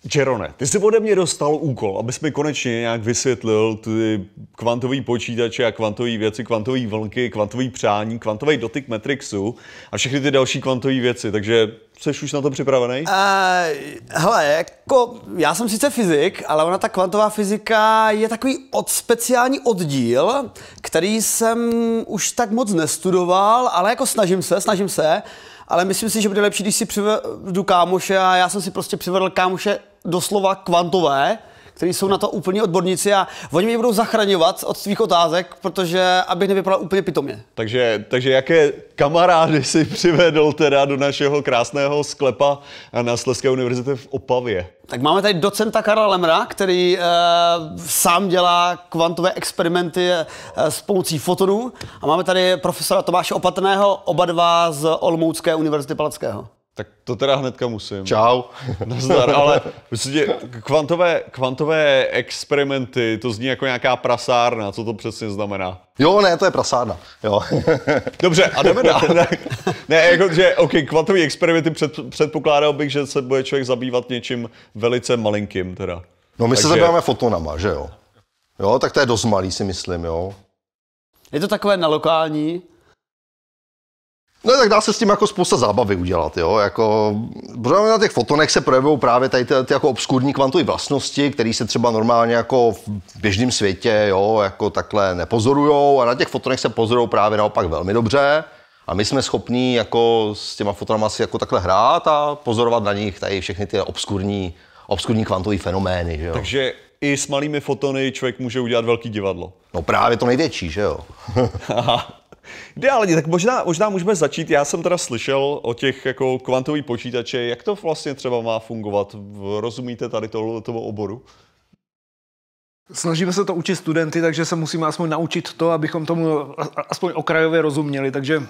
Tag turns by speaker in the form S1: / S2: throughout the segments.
S1: Jerone, ty jsi ode mě dostal úkol, abys mi konečně nějak vysvětlil ty kvantový počítače a kvantové věci, kvantové vlnky, kvantový přání, kvantový dotyk Matrixu a všechny ty další kvantové věci, takže jsi už na to připravený?
S2: Hele, jako já jsem sice fyzik, ale ona ta kvantová fyzika je takový speciální oddíl, který jsem už tak moc nestudoval, ale jako snažím se, ale myslím si, že bude lepší, když si přivedu kámoše a já jsem si prostě přivedl kámoše doslova kvantové, kteří jsou na to úplně odborníci a oni mě budou zachraňovat od svých otázek, protože abych nevypadal úplně pitomě.
S1: Takže jaké kamarády si přivedl teda do našeho krásného sklepa na Slezské univerzitě v Opavě?
S2: Tak máme tady docenta Karla Lemra, který sám dělá kvantové experimenty s pomocí fotonů a máme tady profesora Tomáše Opatrného, oba dva z Olomoucké univerzity Palackého.
S1: Tak to teda hnedka musím.
S3: Čau.
S1: Nazdar, ale myslím, kvantové experimenty, to zní jako nějaká prasárna, co to přesně znamená?
S3: Jo, ne, to je prasárna, jo.
S1: Dobře, a jdeme dál. Ne, jako, že kvantové experimenty předpokládal bych, že se bude člověk zabývat něčím velice malinkým teda.
S3: No my se zabýváme fotonama, že jo? Jo, tak to je dost malý, si myslím, jo.
S2: Je to takové na lokální.
S3: No tak dá se s tím jako spousta zábavy udělat, jo, jako, protože na těch fotonech se projevují právě tady ty jako obskurní kvantové vlastnosti, které se třeba normálně jako v běžném světě, jo, jako takhle nepozorujou a na těch fotonech se pozorují právě naopak velmi dobře a my jsme schopní jako s těma fotonama si jako takhle hrát a pozorovat na nich tady všechny ty obskurní kvantové fenomény, že jo.
S1: Takže i s malými fotony člověk může udělat velký divadlo.
S3: No právě to největší, že jo.
S1: Ideálně, tak možná můžeme začít. Já jsem teda slyšel o těch jako kvantových počítače, jak to vlastně třeba má fungovat. Rozumíte tady tomu oboru?
S4: Snažíme se to učit studenty, takže se musíme aspoň naučit to, abychom tomu aspoň okrajově rozuměli. Takže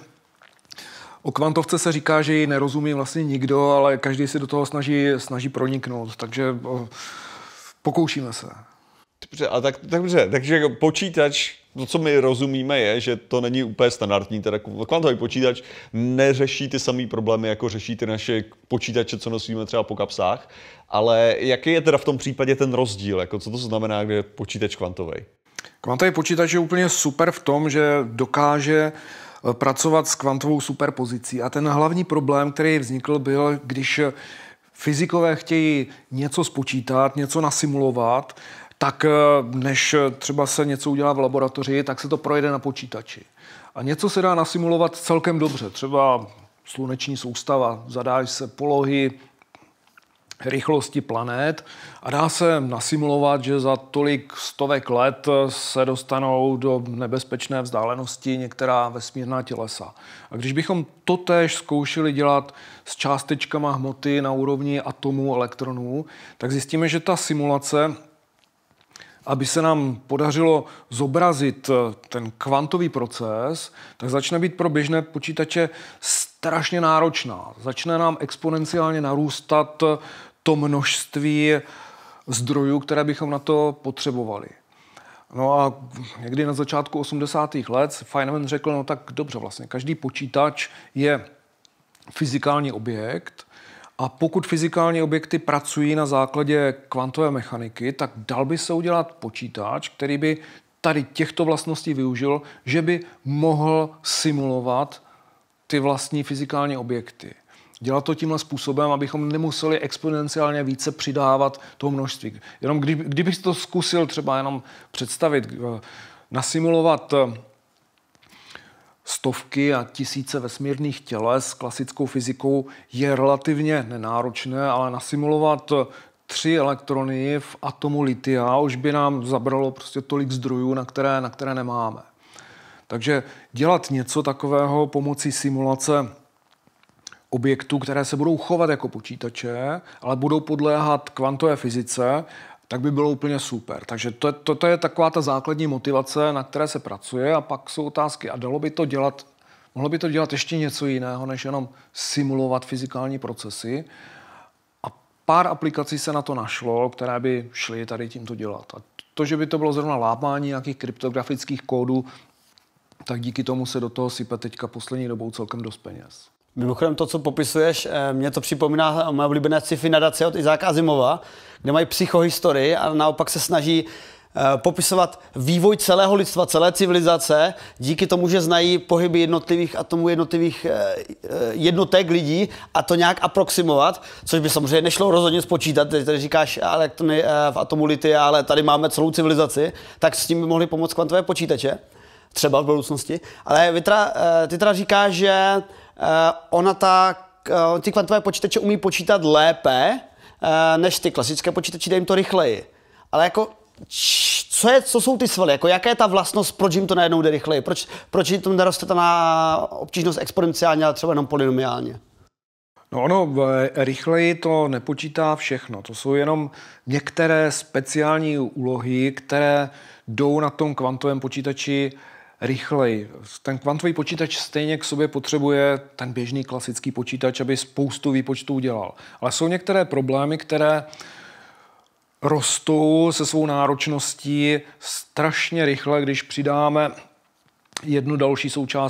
S4: o kvantovce se říká, že ji nerozumí vlastně nikdo, ale každý si do toho snaží proniknout. Takže pokoušíme se.
S1: Dobře, a dobře, takže jako počítač, to, co my rozumíme, je, že to není úplně standardní, teda kvantový počítač neřeší ty samé problémy, jako řeší ty naše počítače, co nosíme třeba po kapsách, ale jaký je teda v tom případě ten rozdíl, jako co to znamená, kde je počítač kvantový?
S4: Kvantový počítač je úplně super v tom, že dokáže pracovat s kvantovou superpozicí a ten hlavní problém, který vznikl, byl, když fyzikové chtějí něco spočítat, něco nasimulovat, tak než třeba se něco udělá v laboratoři, tak se to projede na počítači. A něco se dá nasimulovat celkem dobře. Třeba sluneční soustava, zadáš se polohy, rychlosti planet a dá se nasimulovat, že za tolik stovek let se dostanou do nebezpečné vzdálenosti některá vesmírná tělesa. A když bychom totéž zkoušeli dělat s částečkama hmoty na úrovni atomů, elektronů, tak zjistíme, že ta simulace, aby se nám podařilo zobrazit ten kvantový proces, tak začne být pro běžné počítače strašně náročná. Začne nám exponenciálně narůstat to množství zdrojů, které bychom na to potřebovali. No a někdy na začátku 80. let Feynman řekl, no tak dobře, vlastně každý počítač je fyzikální objekt a pokud fyzikální objekty pracují na základě kvantové mechaniky, tak dal by se udělat počítač, který by tady těchto vlastností využil, že by mohl simulovat ty vlastní fyzikální objekty. Dělat to tímhle způsobem, abychom nemuseli exponenciálně více přidávat toho množství. Jenom kdybych to zkusil třeba jenom představit, nasimulovat stovky a tisíce vesmírných těles klasickou fyzikou je relativně nenáročné, ale nasimulovat 3 elektrony v atomu litia už by nám zabralo prostě tolik zdrojů, na které nemáme. Takže dělat něco takového pomocí simulace objektů, které se budou chovat jako počítače, ale budou podléhat kvantové fyzice, tak by bylo úplně super. Takže to je taková ta základní motivace, na které se pracuje a pak jsou otázky. A mohlo by to dělat ještě něco jiného, než jenom simulovat fyzikální procesy. A pár aplikací se na to našlo, které by šly tady tímto dělat. A to, že by to bylo zrovna lámání nějakých kryptografických kódů, tak díky tomu se do toho sype teďka poslední dobou celkem dost peněz.
S2: Mimochodem to, co popisuješ, mě to připomíná moje oblíbené sci-fi nadace od Izáka Asimova, kde mají psychohistorii a naopak se snaží popisovat vývoj celého lidstva, celé civilizace, díky tomu, že znají pohyby jednotlivých atomů, jednotlivých jednotek lidí a to nějak aproximovat, což by samozřejmě nešlo rozhodně spočítat, tady říkáš elektrony v atomu litia, ale tady máme celou civilizaci, tak s tím by mohly pomoct kvantové počítače, třeba v budoucnosti. Ale ty teda říkáš, že ty kvantové počítače umí počítat lépe než ty klasické počítače, dej jim to rychleji. Ale jako co jsou ty svaly? Jako, jaká je ta vlastnost, proč jim to najednou jde rychleji? Proč jim to neroste ta obtížnost exponenciálně, ale třeba jenom polynomiálně?
S4: No ono rychleji to nepočítá všechno. To jsou jenom některé speciální úlohy, které jdou na tom kvantovém počítači rychleji. Ten kvantový počítač stejně k sobě potřebuje ten běžný klasický počítač, aby spoustu výpočtů udělal. Ale jsou některé problémy, které rostou se svou náročností strašně rychle, když přidáme jednu další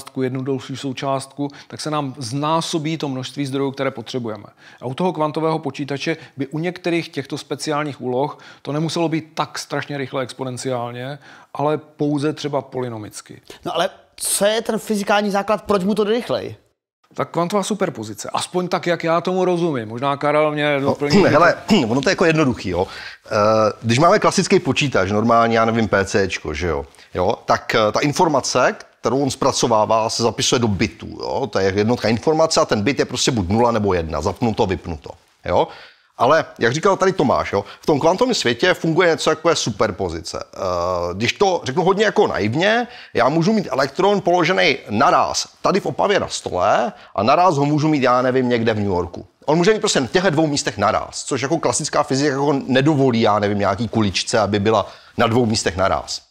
S4: součástku, tak se nám znásobí to množství zdrojů, které potřebujeme. A u toho kvantového počítače by u některých těchto speciálních úloh to nemuselo být tak strašně rychle exponenciálně, ale pouze třeba polynomicky.
S2: No ale co je ten fyzikální základ, proč mu to jde rychleji?
S4: Tak kvantová superpozice. Aspoň tak, jak já tomu rozumím. Možná Karel mě doplní.
S3: Hele, ono to je jako jednoduchý, jo. Když máme klasický počítač, normální, já nevím, PCčko, že jo, tak ta informace, kterou on zpracovává, se zapisuje do bitů, jo. To je jednotka informace a ten bit je prostě buď 0 nebo 1, zapnuto, vypnuto, jo. Ale, jak říkal tady Tomáš, jo, v tom kvantovém světě funguje něco jako je superpozice. Když to řeknu hodně jako naivně, já můžu mít elektron položený naráz tady v Opavě na stole a naráz ho můžu mít, já nevím, někde v New Yorku. On může mít prostě na těchto dvou místech naráz, což jako klasická fyzika jako nedovolí, já nevím, nějaký kuličce, aby byla na dvou místech naráz.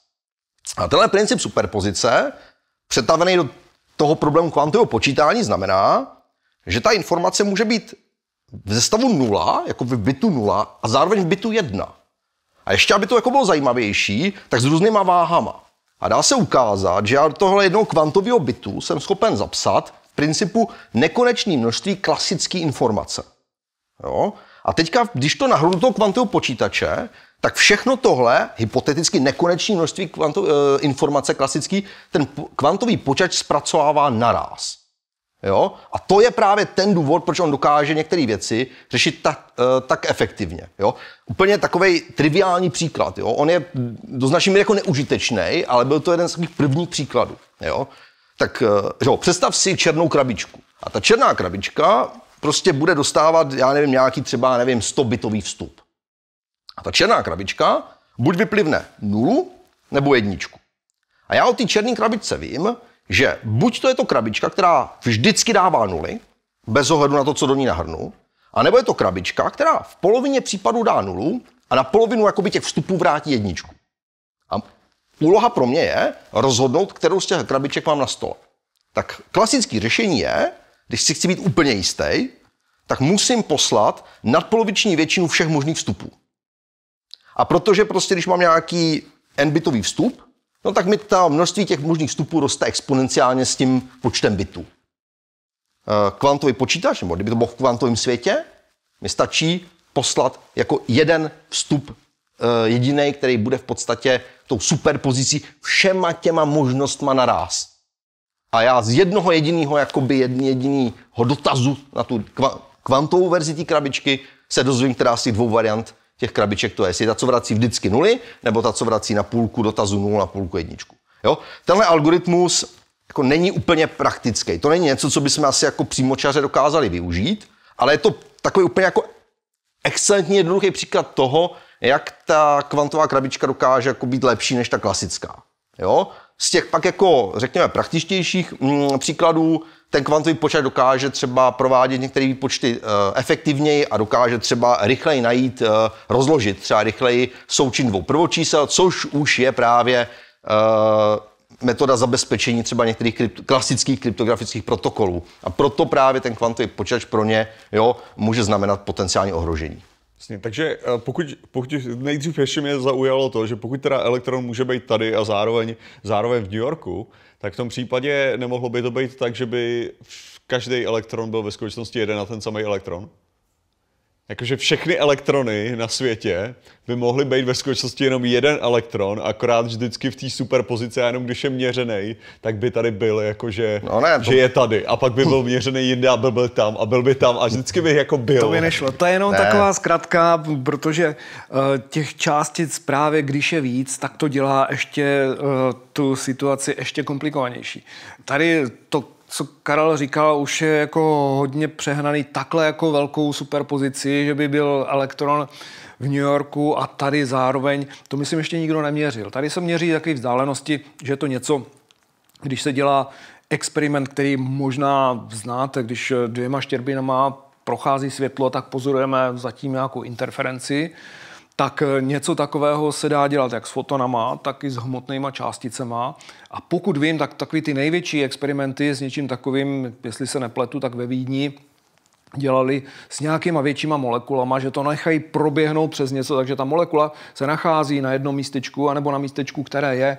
S3: A tenhle princip superpozice, přetavený do toho problému kvantového počítání, znamená, že ta informace může být ze stavu 0, jako v bitu 0, a zároveň v bitu 1. A ještě, aby to jako bylo zajímavější, tak s různýma váhama. A dá se ukázat, že já do tohle jednoho kvantového bitu jsem schopen zapsat v principu nekonečné množství klasické informace. Jo? A teďka, když to nahrnu do toho kvantového počítače, tak všechno tohle, hypoteticky nekonečné množství informace klasický, ten kvantový počítač zpracovává naráz. Jo? A to je právě ten důvod, proč on dokáže některé věci řešit tak efektivně. Jo? Úplně takovej triviální příklad. Jo? On je do značné míry jako neužitečný, ale byl to jeden z takových prvních příkladů. Jo? Tak jo, představ si černou krabičku. A ta černá krabička prostě bude dostávat, já nevím, nějaký třeba, nevím, 100-bitový vstup. A ta černá krabička buď vyplivne 0 nebo 1. A já o té černé krabičce vím, že buď to je to krabička, která vždycky dává 0, bez ohledu na to, co do ní nahrnu, anebo je to krabička, která v polovině případů dá 0 a na polovinu jakoby těch vstupů vrátí 1. A úloha pro mě je rozhodnout, kterou z těch krabiček mám na stole. Tak klasické řešení je, když si chci být úplně jistý, tak musím poslat nadpoloviční většinu všech možných vstupů. A protože prostě, když mám nějaký n-bitový vstup, no tak mi ta množství těch možných vstupů roste exponenciálně s tím počtem bitů. Kvantový počítač, nebo kdyby to bylo v kvantovém světě, mi stačí poslat jako jeden vstup jediný, který bude v podstatě tou superpozicí všema těma možnostma naráz. A já z jednoho jediného jakoby jedinýho dotazu na tu kvantovou verzi té krabičky se dozvím, která z těch dvou variant těch krabiček to je. Jestli ta, co vrací vždycky 0, nebo ta, co vrací na půlku dotazu 0, na půlku 1. Jo? Tenhle algoritmus jako není úplně praktický. To není něco, co bychom asi jako přímočaře dokázali využít, ale je to takový úplně jako excelentní jednoduchý příklad toho, jak ta kvantová krabička dokáže jako být lepší než ta klasická. Jo? Z těch pak jako, řekněme, praktičtějších příkladů ten kvantový počítač dokáže třeba provádět některé výpočty efektivněji a dokáže třeba rychleji najít, rozložit třeba rychleji součin dvou prvočísel, což už je právě metoda zabezpečení třeba některých klasických kryptografických protokolů. A proto právě ten kvantový počítač pro ně může znamenat potenciální ohrožení.
S1: Vlastně, takže pokud nejdřív ještě mě zaujalo to, že pokud teda elektron může být tady a zároveň v New Yorku, tak v tom případě nemohlo by to být tak, že by každý elektron byl ve skutečnosti jeden a ten samý elektron? Jakože všechny elektrony na světě by mohly být ve skutečnosti jenom jeden elektron, akorát vždycky v té superpozici a jenom když je měřený, tak by tady byl, jakože že je tady. A pak by byl měřený jinde a byl tam a byl by tam a vždycky by jako byl.
S4: To by nešlo. To je jenom taková zkratka, protože těch částic právě když je víc, tak to dělá ještě tu situaci ještě komplikovanější. Tady to, co Karel říkal, už je jako hodně přehnaný takhle jako velkou superpozici, že by byl elektron v New Yorku a tady zároveň, to myslím ještě nikdo neměřil. Tady se měří takové vzdálenosti, že je to něco, když se dělá experiment, který možná znáte, když 2 štěrbinama prochází světlo, tak pozorujeme zatím nějakou interferenci, tak něco takového se dá dělat jak s fotonama, tak i s hmotnýma částicema. A pokud vím, tak takový ty největší experimenty s něčím takovým, jestli se nepletu, tak ve Vídni dělali s nějakýma většíma molekulama, že to nechají proběhnout přes něco, takže ta molekula se nachází na jednom místečku, anebo na místečku, které je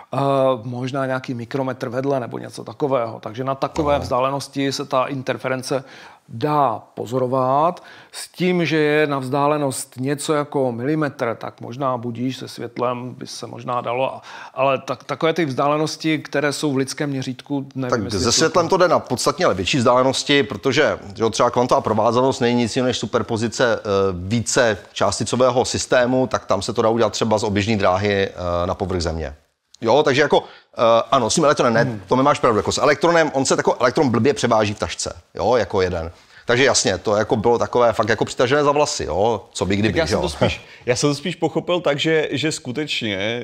S4: možná nějaký mikrometr vedle nebo něco takového. Takže na takové vzdálenosti se ta interference dá pozorovat s tím, že je na vzdálenost něco jako milimetr, tak možná budíš se světlem, by se možná dalo, ale takové ty vzdálenosti, které jsou v lidském měřítku, nevím.
S3: Tak se světlem to jde na podstatně větší vzdálenosti, protože třeba kvantová provázanost není nic jiného než superpozice více částicového systému, tak tam se to dá udělat třeba z oběžné dráhy na povrch Země. Jo, takže jako, ano, s tím elektronem ne, to máš pravdu, jako s elektronem, on se jako elektron blbě převáží v tašce, jo, jako jeden. Takže jasně, to jako bylo takové fakt jako přitažené za vlasy, jo, co by kdyby,
S1: já jsem to spíš pochopil tak, že skutečně,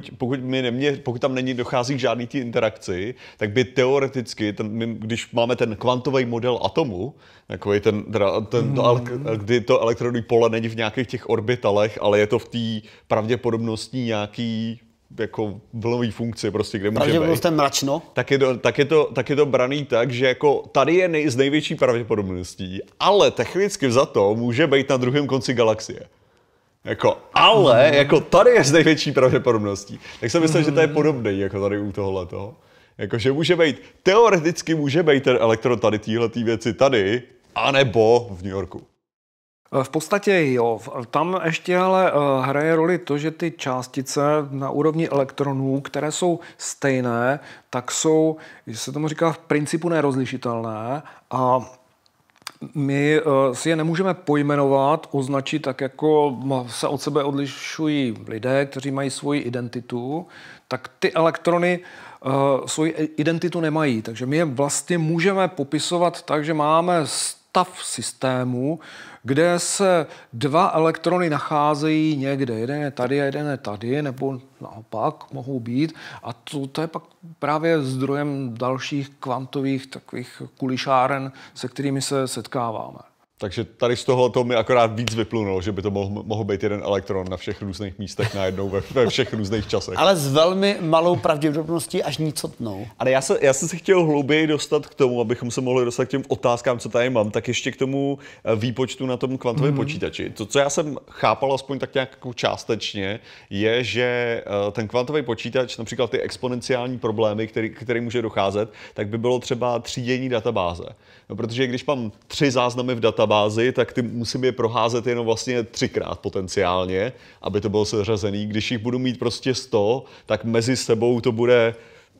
S1: pokud tam dochází k žádný té interakci, tak by teoreticky, když máme ten kvantový model atomu, takový kdy to elektronové pole není v nějakých těch orbitalech, ale je to v té pravděpodobnostní nějaký jako vlnový funkci, prostě, kde může být.
S2: Mračno.
S1: Tak je to braný tak, že jako tady je z největší pravděpodobností, ale technicky vzato může být na druhém konci galaxie. Jako tady je z největší pravděpodobností. Tak jsem myslel, že to je podobný, jako tady u tohohletoho. Jakože teoreticky může být ten elektron tady téhletý věci tady, anebo v New Yorku.
S4: V podstatě jo. Tam ještě ale hraje roli to, že ty částice na úrovni elektronů, které jsou stejné, tak jsou, se tomu říká, v principu nerozlišitelné a my si je nemůžeme pojmenovat, označit tak, jako se od sebe odlišují lidé, kteří mají svoji identitu, tak ty elektrony svoji identitu nemají. Takže my je vlastně můžeme popisovat tak, že máme stav systému, kde se 2 elektrony nacházejí někde. Jeden je tady a jeden je tady, nebo naopak mohou být. A to je pak právě zdrojem dalších kvantových takových kulišáren, se kterými se setkáváme.
S1: Takže tady z tohoto mi akorát víc vyplynulo, že by to mohl být jeden elektron na všech různých místech najednou ve všech různých časech.
S2: Ale s velmi malou pravděpodobností až nicotnou.
S1: Ale já jsem se chtěl hlouběji dostat k tomu, abychom se mohli dostat k těm otázkám, co tady mám, tak ještě k tomu výpočtu na tom kvantovém počítači. To, co já jsem chápal aspoň tak nějak jako částečně, je, že ten kvantový počítač, například ty exponenciální problémy, který může docházet, tak by bylo třeba třídění databáze. No, protože když mám 3 záznamy v databázi, tak ty musím je proházet jenom vlastně 3krát potenciálně, aby to bylo seřazený. Když jich budu mít prostě 100, tak mezi sebou to bude,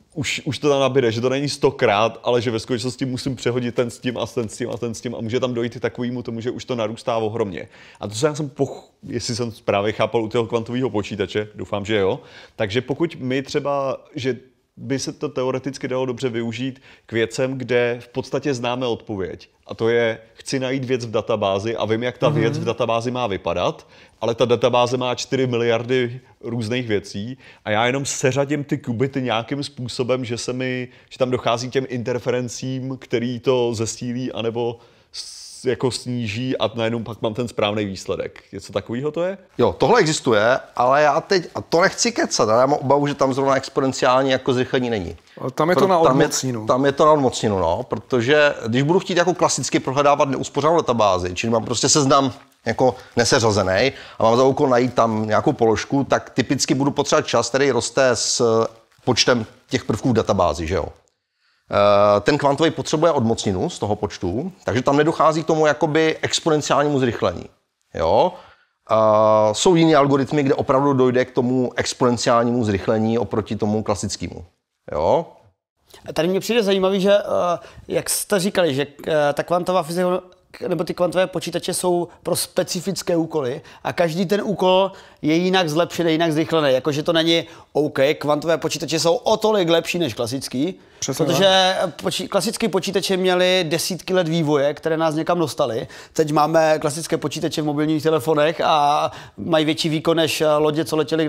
S1: už to tam nabíde, že to není 100krát, ale že ve skutečnosti musím přehodit ten s tím a ten s tím a ten s tím a může tam dojít i takovému tomu, že už to narůstá ohromně. A to já jsem, jestli jsem právě chápal u toho kvantového počítače, doufám, že jo, takže pokud my třeba, že by se to teoreticky dalo dobře využít k věcem, kde v podstatě známe odpověď. A to je, chci najít věc v databázi a vím, jak ta věc v databázi má vypadat, ale ta databáze má 4 miliardy různých věcí a já jenom seřadím ty kubity nějakým způsobem, že tam dochází k těm interferencím, který to zesílí anebo jako sníží a najednou pak mám ten správný výsledek. Něco takového to je?
S3: Jo, tohle existuje, ale já teď, a to nechci kecat, ale já mám obavu, že tam zrovna exponenciální jako zrychlení není.
S4: Tam je to na odmocninu.
S3: Tam je to na odmocninu, no, protože když budu chtít jako klasicky prohledávat neuspořádanou databázi, čili mám prostě seznam jako neseřazený a mám za úkol najít tam nějakou položku, tak typicky budu potřebovat čas, který roste s počtem těch prvků v databázi, že jo. Ten kvantový potřebuje odmocninu z toho počtu, takže tam nedochází k tomu jakoby exponenciálnímu zrychlení. Jo? Jsou jiné algoritmy, kde opravdu dojde k tomu exponenciálnímu zrychlení oproti tomu klasickému. Jo?
S2: Tady mě přijde zajímavý, že jak jste říkali, že ta kvantová fyzika nebo ty kvantové počítače jsou pro specifické úkoly a každý ten úkol je jinak zlepšený, jinak zrychlený. Jakože to není OK, kvantové počítače jsou o tolik lepší než klasický, protože klasické počítače měly desítky let vývoje, které nás někam dostaly. Teď máme klasické počítače v mobilních telefonech a mají větší výkon než lodě, co letěly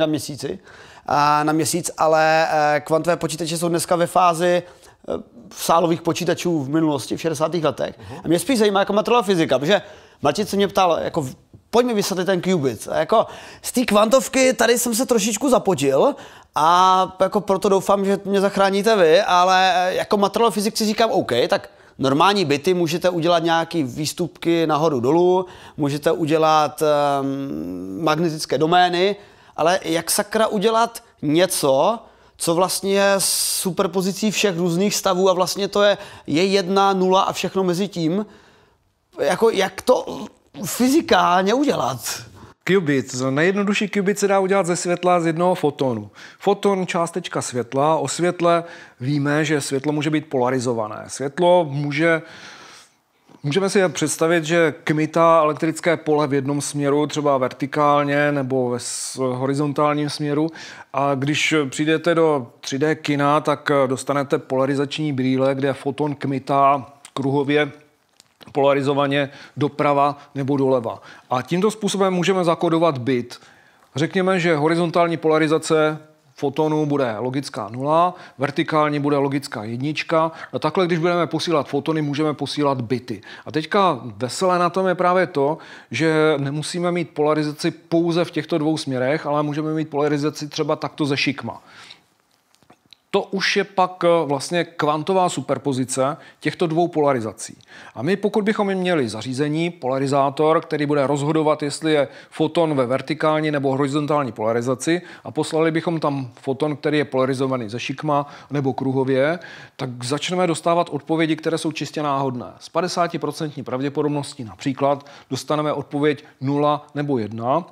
S2: na měsíc, ale kvantové počítače jsou dneska ve fázi sálových počítačů v minulosti, v 60. letech. A mě spíš zajímá jako materiálová fyzika, protože Martin se mě ptal, jako pojď mi vysvětlit ten qubit. A jako z té kvantovky tady jsem se trošičku zapotil a jako proto doufám, že mě zachráníte vy, ale jako materiálový fyzik si říkám OK, tak normální bity můžete udělat nějaký výstupky nahoru dolů, můžete udělat magnetické domény, ale jak sakra udělat něco, co vlastně je superpozicí všech různých stavů a vlastně to je 1, 0 a všechno mezi tím. Jako, jak to fyzikálně udělat?
S4: Qubit. Nejjednodušší qubit se dá udělat ze světla z jednoho fotonu. Foton, částečka světla. O světle víme, že světlo může být polarizované. Světlo můžeme si představit, že kmitá elektrické pole v jednom směru, třeba vertikálně nebo ve horizontálním směru. A když přijdete do 3D kina, tak dostanete polarizační brýle, kde foton kmitá kruhově polarizovaně doprava nebo doleva. A tímto způsobem můžeme zakodovat bit. Řekněme, že horizontální polarizace fotonu bude logická 0, vertikální bude logická 1 a takhle, když budeme posílat fotony, můžeme posílat bity. A teďka veselé na tom je právě to, že nemusíme mít polarizaci pouze v těchto dvou směrech, ale můžeme mít polarizaci třeba takto ze šikma. To už je pak vlastně kvantová superpozice těchto dvou polarizací. A my pokud bychom měli zařízení, polarizátor, který bude rozhodovat, jestli je foton ve vertikální nebo horizontální polarizaci a poslali bychom tam foton, který je polarizovaný ze šikma nebo kruhově, tak začneme dostávat odpovědi, které jsou čistě náhodné. S 50% pravděpodobností například dostaneme odpověď 0 nebo 1,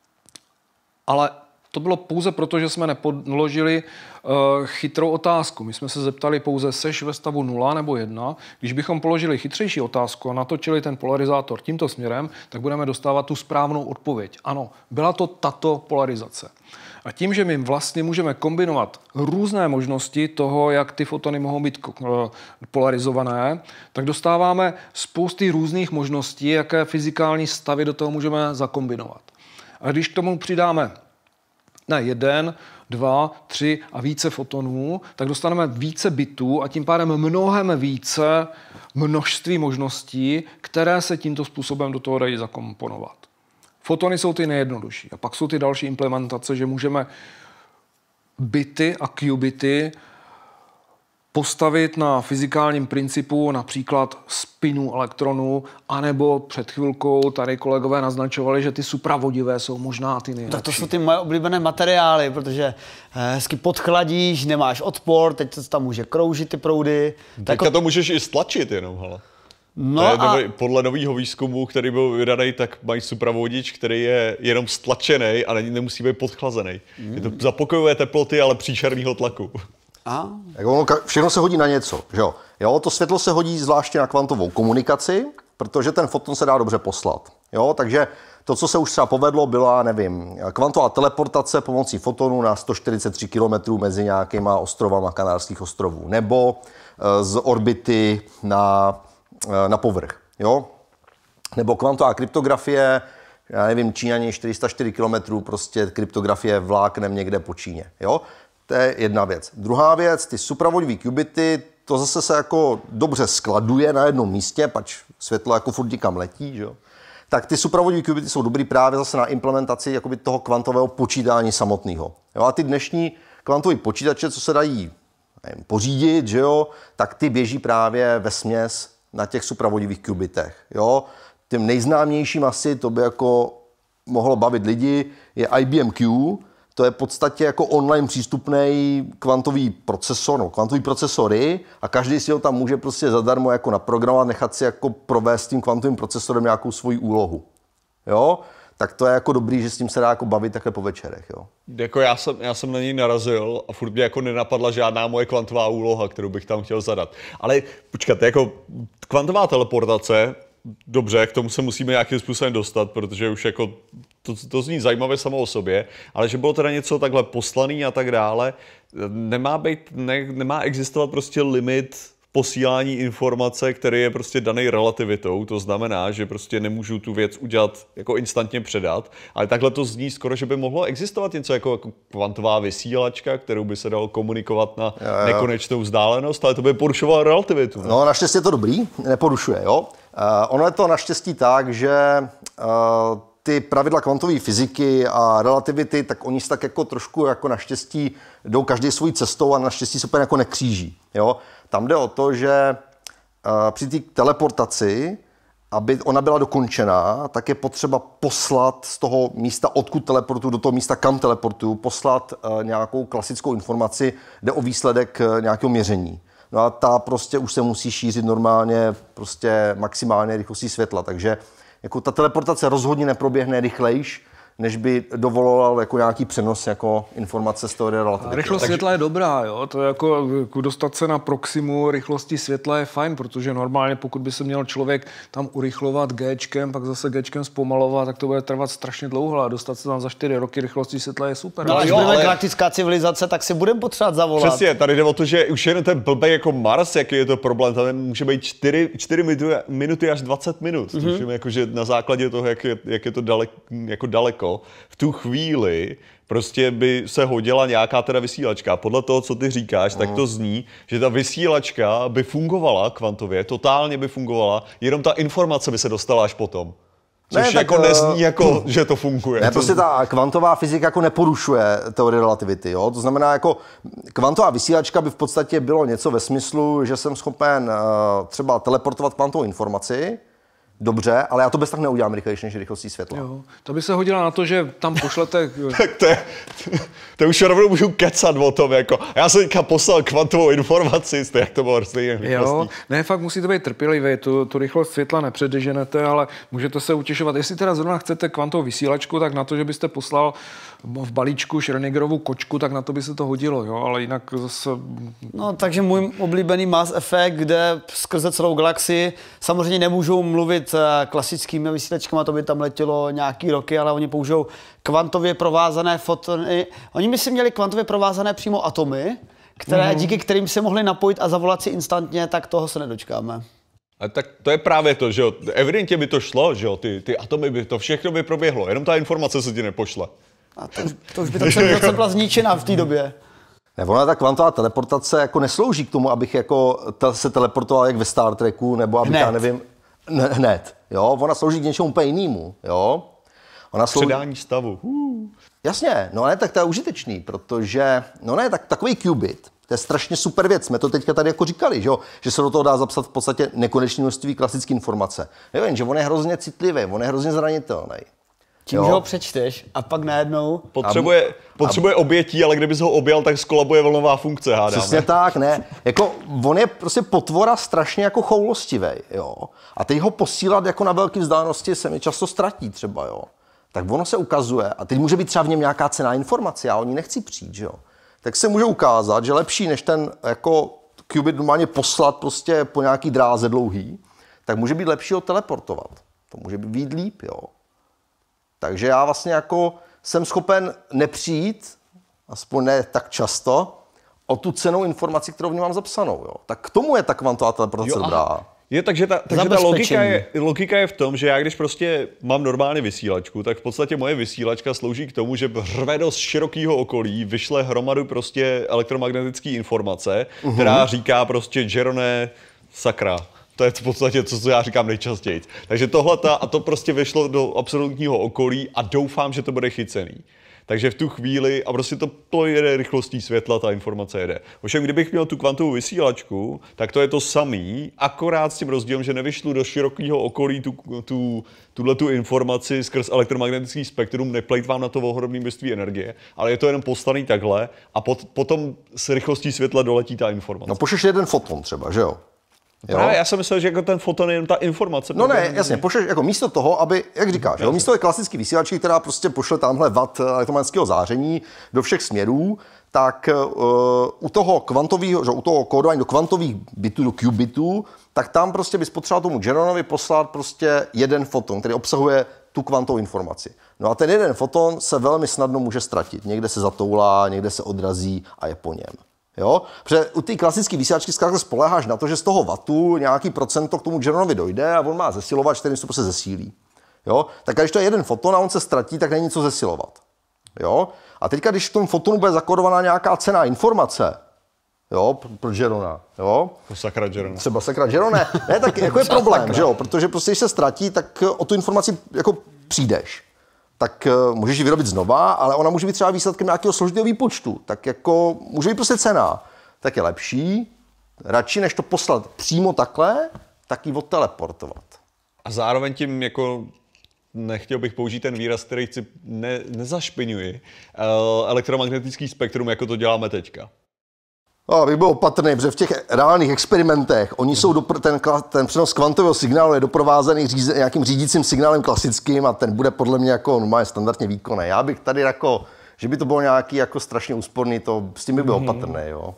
S4: ale to bylo pouze proto, že jsme nepodložili chytrou otázku. My jsme se zeptali pouze, seš ve stavu 0 nebo 1. Když bychom položili chytřejší otázku a natočili ten polarizátor tímto směrem, tak budeme dostávat tu správnou odpověď. Ano, byla to tato polarizace. A tím, že my vlastně můžeme kombinovat různé možnosti toho, jak ty fotony mohou být polarizované, tak dostáváme spousty různých možností, jaké fyzikální stavy do toho můžeme zakombinovat. A když k tomu přidáme 1, 2, 3 a více fotonů, tak dostaneme více bitů a tím pádem mnohem více množství možností, které se tímto způsobem do toho dají zakomponovat. Fotony jsou ty nejjednodušší. A pak jsou ty další implementace, že můžeme bity a qubity postavit na fyzikálním principu, například spinu elektronů, anebo před chvilkou tady kolegové naznačovali, že ty supravodivé jsou možná ty nejlepší.
S2: Tak to jsou ty moje oblíbené materiály, protože hezky podchladíš, nemáš odpor, teď to tam může kroužit ty proudy.
S1: Teďka to můžeš i stlačit jenom, hele. No podle nového výzkumu, který byl vydaný, tak mají supravodič, který je jenom stlačený a nemusí být podchlazený. Je to za pokojové teploty, ale příšerného tlaku.
S3: Všechno se hodí na něco. Že jo? To světlo se hodí zvláště na kvantovou komunikaci, protože ten foton se dá dobře poslat. Jo? Takže to, co se už třeba povedlo, byla, kvantová teleportace pomocí fotonu na 143 km mezi nějakýma ostrovama Kanárských ostrovů, nebo z orbity na povrch. Jo? Nebo kvantová kryptografie, Číňani 404 km, prostě kryptografie vláknem někde po Číně. Jo? To je jedna věc. Druhá věc, ty supravodivý qubity, to zase se jako dobře skladuje na jednom místě, pač světlo jako furt někam letí, že jo? Tak ty supravodivý qubity jsou dobrý právě zase na implementaci jakoby toho kvantového počítání samotného. Jo? A ty dnešní kvantové počítače, co se dají pořídit, že jo? Tak ty běží právě vesměs na těch supravodivých qubitech. Jo? tím nejznámějším asi, to by jako mohlo bavit lidi, je IBM Q. To je v podstatě jako online přístupný kvantový procesor, no, kvantový procesory a každý si ho tam může prostě zadarmo jako naprogramovat, nechat si jako provést tím kvantovým procesorem nějakou svoji úlohu. Jo? Tak to je jako dobrý, že s tím se dá jako bavit takhle po večerech. Jo?
S1: Jako já jsem na něj narazil a furt mě jako nenapadla žádná moje kvantová úloha, kterou bych tam chtěl zadat. Ale počkat, jako kvantová teleportace, dobře, k tomu se musíme nějakým způsobem dostat, protože už jako to zní zajímavé samo o sobě, ale že bylo teda něco takhle poslaný a tak dále, nemá existovat prostě limit posílání informace, který je prostě daný relativitou, to znamená, že prostě nemůžu tu věc udělat jako instantně předat, ale takhle to zní skoro, že by mohlo existovat něco jako kvantová vysílačka, kterou by se dalo komunikovat na nekonečnou vzdálenost, ale to by porušovalo relativitu. Ne?
S3: No naštěstí je to dobrý, neporušuje, jo. Ono je to naštěstí tak, že ty pravidla kvantové fyziky a relativity, tak oni se tak jako trošku jako naštěstí jdou každý svojí cestou a naštěstí se úplně jako nekříží, jo. Tam jde o to, že při té teleportaci, aby ona byla dokončená, tak je potřeba poslat z toho místa, odkud teleportuju, do toho místa, kam teleportuju, poslat nějakou klasickou informaci, jde o výsledek nějakého měření. No a ta prostě už se musí šířit normálně prostě maximálně rychlostí světla, takže jako ta teleportace rozhodně neproběhne rychlejš, než by dovoloval jako nějaký přenos jako informace z teorie relativity.
S4: Rychlost světla je dobrá, jo? To je jako dostat se na proximu rychlosti světla je fajn, protože normálně pokud by se měl člověk tam urychlovat Gčkem, pak zase Gčkem zpomalovat, tak to bude trvat strašně dlouho a dostat se tam za 4 roky rychlostí světla je super.
S2: No, až budeme galaktická civilizace, tak si budeme potřebovat zavolat.
S1: Přesně, tady jde o to, že už jen ten blbej jako Mars, jaký je to problém, tam může být 4 minuty až 20 minut. Tuším, jako, že na základě toho, jak je to daleko, v tu chvíli prostě by se hodila nějaká teda vysílačka. Podle toho, co ty říkáš, tak to zní, že ta vysílačka by fungovala kvantově, totálně by fungovala, jenom ta informace by se dostala až potom. Což ne, jako nezní jako, že to funguje.
S3: Ne, prostě ta kvantová fyzika jako neporušuje teorii relativity, jo? To znamená, jako kvantová vysílačka by v podstatě bylo něco ve smyslu, že jsem schopen třeba teleportovat kvantovou informaci. Dobře, ale já to bez tak neudělám rychlejší než rychlostí světla.
S4: Jo, to by se hodilo na to, že tam pošlete...
S1: Tak to už rovnou můžu kecat o tom, jako. Já jsem teďka poslal kvantovou informaci, jak to bylo stejně rychlostí. Jo,
S4: ne, fakt musíte být trpělivý, tu rychlost světla nepředeženete, ale můžete se utěšovat. Jestli teda zrovna chcete kvantovou vysílačku, tak na to, že byste poslal v balíčku Schrödingerovu kočku, tak na to by se to hodilo, jo, ale jinak zase...
S2: No, takže můj oblíbený Mass Effect, kde skrze celou galaxii samozřejmě nemůžou mluvit klasickými vysílačkami, to by tam letělo nějaký roky, ale oni použijou kvantově provázané fotony. Oni by si měli kvantově provázané přímo atomy, díky kterým se mohli napojit a zavolat si instantně, tak toho se nedočkáme.
S1: A tak to je právě to, že jo, evidentně by to šlo, že jo, ty atomy by, to všechno by proběhlo, jenom ta informace se ti nepošle.
S2: A to už by to celé byla zničena v té době.
S3: Ne, ona ta kvantová teleportace jako neslouží k tomu, abych jako se teleportoval jak ve Star Treku, nebo abych, já nevím, hned, jo, ona slouží k něčemu úplně jinému, jo. Ona
S1: předání stavu.
S3: Jasně, no ne, tak to je užitečný, protože, no ne, tak takový qubit, to je strašně super věc, jsme to teďka tady jako říkali, že se do toho dá zapsat v podstatě nekonečné množství klasické informace. Nevím, že on je hrozně citlivý, on je hrozně zranitelný.
S2: Tím, že ho přečteš a pak najednou...
S1: Potřebuje obětí, ale kdybys ho objel, tak skolabuje vlnová funkce, hádám.
S3: Přesně tak, ne. Jako, on je prostě potvora strašně jako choulostivej, jo. A teď ho posílat jako na velké vzdálenosti se mi často ztratí třeba, jo. Tak ono se ukazuje, a teď může být třeba v něm nějaká cenná informace, já o ní nechci přijít, jo. Tak se může ukázat, že lepší než ten jako qubit normálně poslat prostě po nějaký dráze dlouhý, tak může být lepší ho teleportovat. To může být líp, jo. Takže já vlastně jako jsem schopen nepřijít, aspoň ne tak často, o tu cennou informaci, kterou v ní mám zapsanou. Jo. Tak k tomu je ta kvantová teleportace dobrá.
S1: Takže ta logika je v tom, že já když prostě mám normálně vysílačku, tak v podstatě moje vysílačka slouží k tomu, že řve do širokého okolí, vyšle hromadu prostě elektromagnetické informace, která říká prostě Jerone, sakra. To je v podstatě to, co já říkám nejčastěji. Takže tohle a to prostě vyšlo do absolutního okolí a doufám, že to bude chycený. Takže v tu chvíli, a prostě to jede rychlostí světla, ta informace jede. Ovšem, kdybych měl tu kvantovou vysílačku, tak to je to samý, akorát s tím rozdílem, že nevyšlu do širokého okolí tu informaci skrz elektromagnetický spektrum, neplejtvám na to ohromné množství energie, ale je to jenom postaný takhle a potom s rychlostí světla doletí ta informace.
S3: No pošleš jeden foton třeba, že jo?
S1: Právě, já jsem myslel, že jako ten foton je jen ta informace.
S3: No ne, jasně, pošleš jako místo toho, aby, jak říkáš, jo, místo klasický vysílačky, která prostě pošle tamhle watt elektromagnetického záření do všech směrů, tak u toho kvantového, že u toho kódování do kvantových bitů, do qubitů, tak tam prostě bys potřeboval tomu Jeronovi poslat prostě jeden foton, který obsahuje tu kvantovou informaci. No a ten jeden foton se velmi snadno může ztratit. Někde se zatoulá, někde se odrazí a je po něm. Jo? Protože u té klasické vysílačky zkrátka spoléháš na to, že z toho vatu nějaký procento k tomu Jeronovi dojde a on má zesilovač, který se prostě zesílí. Jo? Tak když to je jeden foton a on se ztratí, tak není co zesilovat. Jo? A teďka, když v tom fotonu bude zakódovaná nějaká cenná informace, jo, pro Jerona, jo?
S1: Sakra Jerona.
S3: Třeba sakra Jerona. Ne, tak jako je problém, že jo? Protože prostě, když se ztratí, tak o tu informaci jako přijdeš. Tak můžeš ji vyrobit znova, ale ona může být třeba výsledkem nějakého složitého výpočtu. Tak jako může být prostě cena. Tak je lepší, radši než to poslat přímo takhle, tak ji odteleportovat.
S1: A zároveň tím jako nechtěl bych použít ten výraz, který chci, nezašpiňuji elektromagnetický spektrum, jako to děláme teďka.
S3: Abych byl opatrný, protože v těch reálných experimentech oni jsou ten přenos kvantového signálu je doprovázený nějakým řídícím signálem klasickým a ten bude podle mě jako normálně standardně výkonný. Já bych tady jako, že by to bylo nějaký jako strašně úsporný, to s tím bych byl opatrný, jo.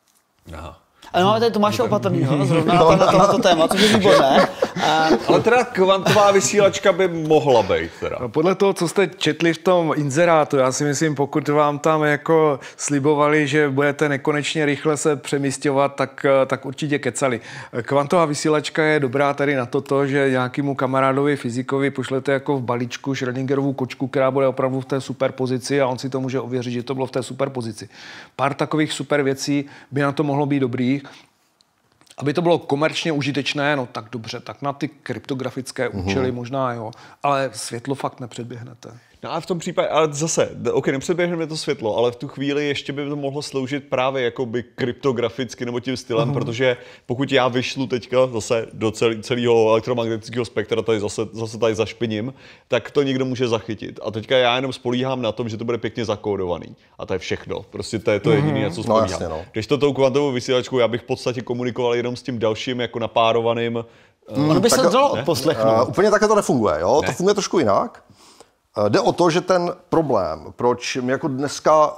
S1: Aha.
S2: Ale máme tady Tomáše Opatrnýho, zrovna na tohleto téma, což je výborné.
S1: Ale teda kvantová vysílačka by mohla být teda.
S4: Podle toho, co jste četli v tom inzerátu, já si myslím, pokud vám tam jako slibovali, že budete nekonečně rychle se přemístěvat, tak určitě kecali. Kvantová vysílačka je dobrá tady na toto, že nějakému kamarádovi fyzikovi pošlete jako v balíčku Schrödingerovu kočku, která bude opravdu v té superpozici a on si to může ověřit, že to bylo v té superpozici. Pár takových super věcí by na to mohlo být dobrých. Aby to bylo komerčně užitečné, no tak dobře, tak na ty kryptografické účely možná jo, ale světlo fakt nepředběhnete.
S1: No a v tom případě, ale zase, ok, nepředběhneme to světlo, ale v tu chvíli ještě by to mohlo sloužit právě jakoby kryptograficky nebo tím stylem, protože pokud já vyšlu teďka zase do celého elektromagnetického spektra, tady zase tady zašpiním, tak to někdo může zachytit. A teďka já jenom spolíhám na tom, že to bude pěkně zakódovaný. A to je všechno. Prostě to je to jediné, co spolíhám.
S3: No, jasně, no.
S1: Když to tou kvantovou vysílačkou, já bych v podstatě komunikoval jenom s tím dalším jako napárovaným.
S2: Ono by se dalo odposlechnout.
S3: Úplně takhle to nefunguje, jo? To funguje trošku jinak. Jde o to, že ten problém, proč my jako dneska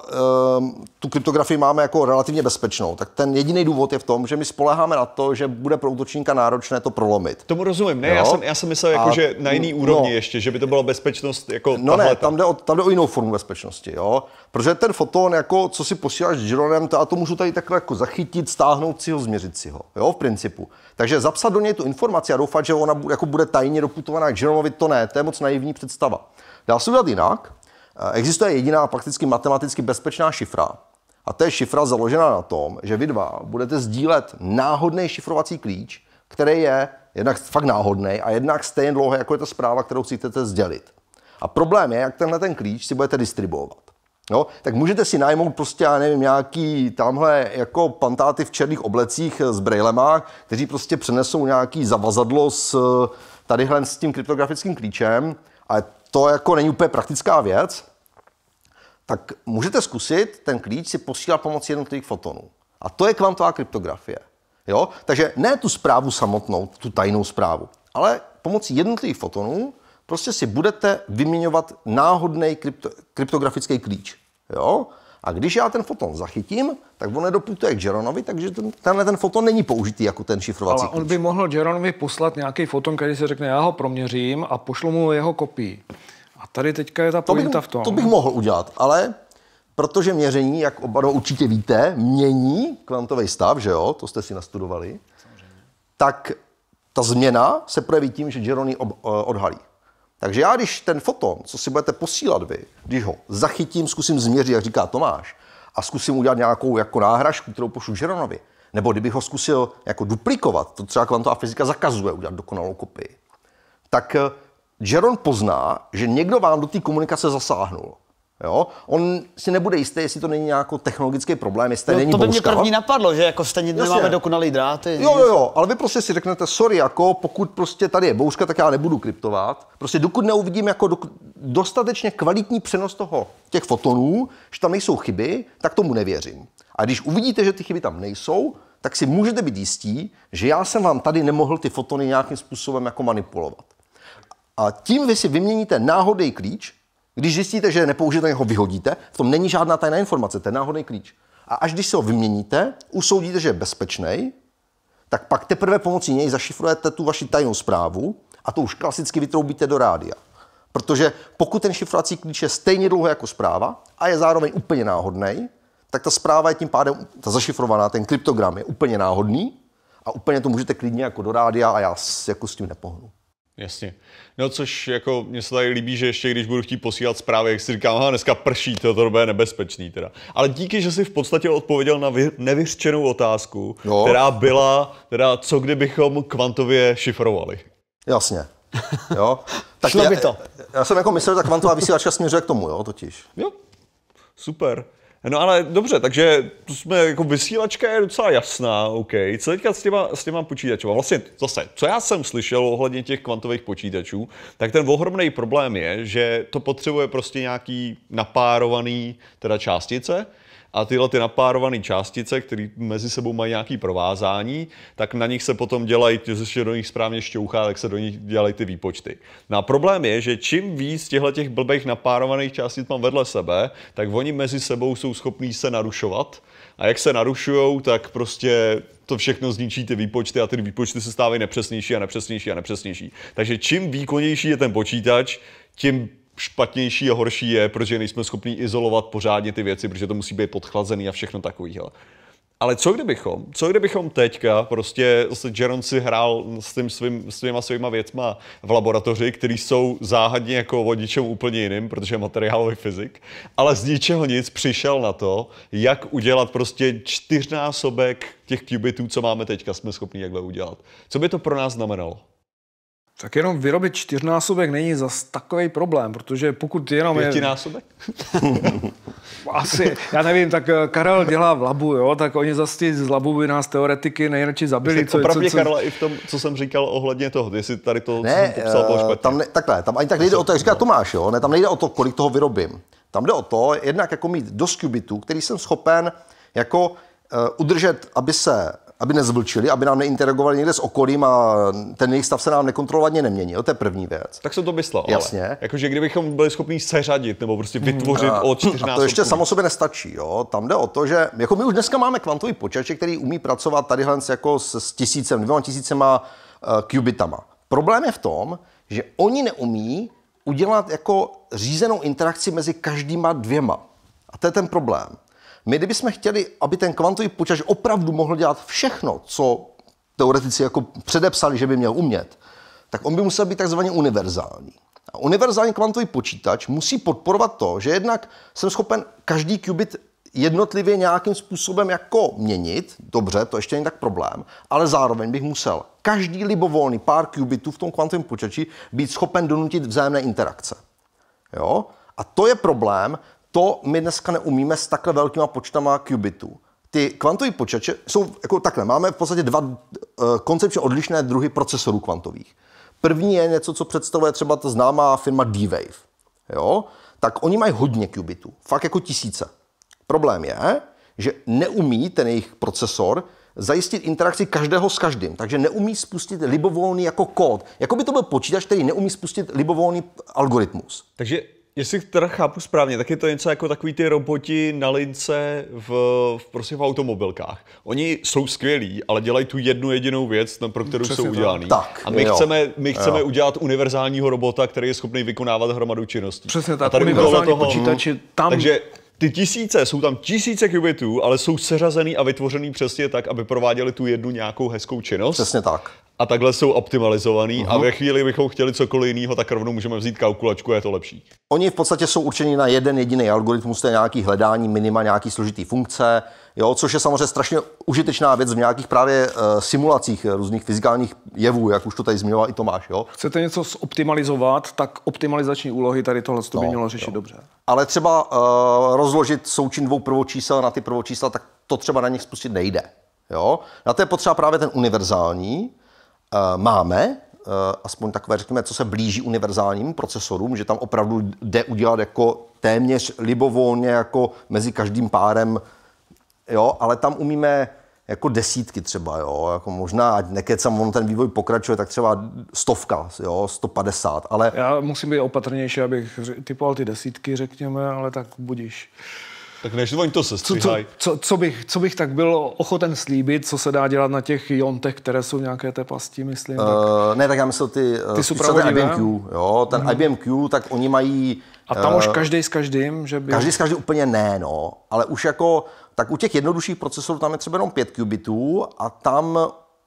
S3: tu kryptografii máme jako relativně bezpečnou, tak ten jediný důvod je v tom, že my spoléháme na to, že bude pro útočníka náročné to prolomit.
S1: Tomu rozumím, ne, já jsem myslel, jako, že na jiný úrovni ještě, že by to byla bezpečnost jako
S3: no ne, tam jde o jinou formu bezpečnosti, jo? Protože ten foton, jako, co si posíláš s Jeronem, to můžu tady takhle jako zachytit, stáhnout si ho, změřit si ho, jo, v principu. Takže zapsat do něj tu informaci a doufat, že ona jako bude tajně doputovaná k Jeronovi, to ne, to je moc naivní představa. Dá se udělat jinak. Existuje jediná prakticky matematicky bezpečná šifra. A to je šifra založená na tom, že vy dva budete sdílet náhodný šifrovací klíč, který je jednak fakt náhodný a jednak stejně dlouhý, jako je ta zpráva, kterou chcete sdělit. A problém je, jak tenhle ten klíč si budete distribuovat. No, tak můžete si najmout prostě, já nevím, nějaký tamhle jako pantáty v černých oblecích s brejlema, kteří prostě přenesou nějaký zavazadlo tadyhle s tím kryptografickým klíčem, ale to jako není úplně praktická věc, tak můžete zkusit ten klíč si posílat pomocí jednotlivých fotonů. A to je kvantová kryptografie. Jo? Takže ne tu zprávu samotnou, tu tajnou zprávu, ale pomocí jednotlivých fotonů prostě si budete vyměňovat náhodný kryptografický klíč. Jo? A když já ten foton zachytím, tak on nedoputuje k Jeronovi, takže ten foton není použitý jako ten šifrovací klíč.
S4: Ale on by mohl Jeronovi poslat nějaký foton, který se řekne, já ho proměřím a pošlu mu jeho kopii. A tady teďka je ta pointa v tom.
S3: To bych mohl udělat, ale protože měření, jak oba určitě víte, mění kvantový stav, že jo, to jste si nastudovali, tak ta změna se projeví tím, že Jeron ji odhalí. Takže já, když ten foton, co si budete posílat vy, když ho zachytím, zkusím změřit, jak říká Tomáš, a zkusím udělat nějakou jako náhražku, kterou pošlu Jeronovi, nebo kdybych ho zkusil jako duplikovat, to třeba kvantová fyzika zakazuje udělat dokonalou kopii, tak Jeron pozná, že někdo vám do té komunikace zasáhnul. Jo? On si nebude jistý, jestli to není nějaký technologický problém, jestli to není
S2: to by mě
S3: bouřka.
S2: první napadlo, že jako stejně nemáme dokonalý dráty.
S3: Jo, ale vy prostě si řeknete, sorry, jako pokud prostě tady je bouřka, tak já nebudu kryptovat. Prostě dokud neuvidím jako dostatečně kvalitní přenos těch fotonů, že tam nejsou chyby, tak tomu nevěřím. A když uvidíte, že ty chyby tam nejsou, tak si můžete být jistí, že já jsem vám tady nemohl ty fotony nějakým způsobem jako manipulovat. A tím vy si vyměníte náhodný klíč. Když zjistíte, že nepoužijete, ho vyhodíte, v tom není žádná tajná informace, to je náhodný klíč. A až když se ho vyměníte, usoudíte, že je bezpečný, tak pak teprve pomocí něj zašifrujete tu vaši tajnou zprávu a to už klasicky vytroubíte do rádia. Protože pokud ten šifrovací klíč je stejně dlouho jako zpráva a je zároveň úplně náhodný, tak ta zpráva je tím pádem, ta zašifrovaná, ten kryptogram je úplně náhodný a úplně to můžete klidně jako do rádia a já jako s tím nepohnu.
S1: Jasně. No což jako mně se tady líbí, že ještě když budu chtít posílat zprávy, jak si říkám, aha, dneska prší, to bude nebezpečný teda. Ale díky, že jsi v podstatě odpověděl na nevyřčenou otázku, která byla, teda co kdybychom kvantově šifrovali.
S3: Jasně. Jo. Tak
S2: Šlo by to.
S3: Já jsem jako myslel, že ta kvantová vysílačka směřuje k tomu, jo, totiž.
S1: Jo, super. No ale dobře, takže tu jsme jako vysílačka je docela jasná, OK. Co teďka s těma počítačů? Vlastně zase, co já jsem slyšel ohledně těch kvantových počítačů, tak ten ohromný problém je, že to potřebuje prostě nějaký napárovaný teda částice a tyhle ty napárované částice, které mezi sebou mají nějaké provázání, tak na nich se potom dělají, když do nich správně šťouchá, tak se do nich dělají ty výpočty. No a problém je, že čím víc těch blbých napárovaných částic mám vedle sebe, tak oni mezi sebou jsou schopní se narušovat. A jak se narušujou, tak prostě to všechno zničí ty výpočty a ty výpočty se stávají nepřesnější a nepřesnější a nepřesnější. Takže čím výkonnější je ten počítač, tím špatnější a horší je, protože nejsme schopni izolovat pořádně ty věci, protože to musí být podchlazený a všechno takovýhle. Ale co kdybychom teďka prostě Jeron si hrál s těma svýma věcma v laboratoři, který jsou záhadně jako o něčem úplně jiným, protože je materiálový fyzik, ale z ničeho nic přišel na to, jak udělat prostě 4násobek těch qubitů, co máme teďka, jsme schopni jakhle udělat. Co by to pro nás znamenalo?
S4: Tak jenom vyrobit 4násobek není zas takový problém, protože pokud jenom
S1: 5násobek?
S4: Asi, já nevím, tak Karel dělá v labu, jo, tak oni zase z labu by nás teoretiky nejradši zabili.
S1: Opravdu Karla i v tom, co jsem říkal ohledně toho, jestli tady to jsem popsal bylo špatně.
S3: Tam ani tak nejde o to, jak říká Tomáš, jo, ne, tam nejde o to, kolik toho vyrobím. Tam jde o to, jednak jako mít dost qubitů, který jsem schopen jako udržet, aby nezvlčili, aby nám neinteragovali někde s okolím a ten jejich stav se nám nekontrolovaně neměnil. To je první věc.
S1: Tak jsem to myslel,
S3: jasně.
S1: Ale jakože kdybychom byli schopni seřadit nebo prostě vytvořit o 4násobku.
S3: A to ještě samo sobě nestačí. Jo? Tam jde o to, že jako my už dneska máme kvantový počítače, který umí pracovat tadyhle jako s 2 tisícema qubitama. Problém je v tom, že oni neumí udělat jako řízenou interakci mezi každýma dvěma. A to je ten problém. My, kdybychom chtěli, aby ten kvantový počítač opravdu mohl dělat všechno, co teoretici jako předepsali, že by měl umět, tak on by musel být takzvaně univerzální. A univerzální kvantový počítač musí podporovat to, že jednak jsem schopen každý qubit jednotlivě nějakým způsobem jako měnit, dobře, to ještě není tak problém, ale zároveň bych musel každý libovolný pár qubitů v tom kvantovém počítači být schopen donutit vzájemné interakce. Jo? A to je problém. To my dneska neumíme s takhle velkýma počtama qubitů. Ty kvantové počítače jsou jako takhle. Máme v podstatě dva koncepčně odlišné druhy procesorů kvantových. První je něco, co představuje třeba ta známá firma D-Wave. Jo? Tak oni mají hodně qubitů. Fakt jako tisíce. Problém je, že neumí ten jejich procesor zajistit interakci každého s každým. Takže neumí spustit libovolný jako kód. Jako by to byl počítač, který neumí spustit libovolný algoritmus.
S1: Takže jestli teda chápu správně, tak je to něco jako takový ty roboti na lince prostě v automobilkách. Oni jsou skvělí, ale dělají tu jednu jedinou věc, pro kterou přesně jsou udělaný.
S3: Tak,
S1: a my chceme udělat univerzálního robota, který je schopný vykonávat hromadu činností.
S4: Přesně tak, univerzální počítač tam...
S1: Takže ty jsou tam tisíce qubitů, ale jsou seřazený a vytvořený přesně tak, aby prováděli tu jednu nějakou hezkou činnost.
S3: Přesně tak.
S1: A takhle jsou optimalizovaný a ve chvíli bychom chtěli cokoliv jiného, tak rovnou můžeme vzít kalkulačku a je to lepší.
S3: Oni v podstatě jsou určeni na jeden jediný algoritmus, to je nějaký hledání minima, nějaký složitý funkce, Jo, což je samozřejmě strašně užitečná věc v nějakých právě simulacích různých fyzikálních jevů, jak už to tady zmiňoval i Tomáš. Jo.
S4: Chcete něco zoptimalizovat, tak optimalizační úlohy tady tohle by mělo řešit dobře.
S3: Ale třeba rozložit součin dvou prvočísel na ty prvočísla, tak to třeba na nich spustit nejde. Jo. Na to je potřeba právě ten univerzální. Máme aspoň takové, řekněme, co se blíží univerzálním procesorům, že tam opravdu jde udělat jako téměř libovolně jako mezi každým párem, jo, ale tam umíme jako desítky třeba, jo, jako možná, ať nekecam, on ten vývoj pokračuje, tak třeba 100, jo, 150, ale...
S4: Já musím být opatrnější, abych typoval ty desítky, řekněme, ale tak budíš.
S1: Tak než oni to sestříhají.
S4: Co bych tak byl ochoten slíbit, co se dá dělat na těch jontech, které jsou v nějaké té pasti, myslím?
S3: Ne, tak já myslel ty IBM Q, jo, ten IBM Q, tak oni mají...
S4: A tam už každý s každým, že by...
S3: Každý s každým úplně ne, no, ale už jako, tak u těch jednodušších procesorů tam je třeba jenom 5 qubitů a tam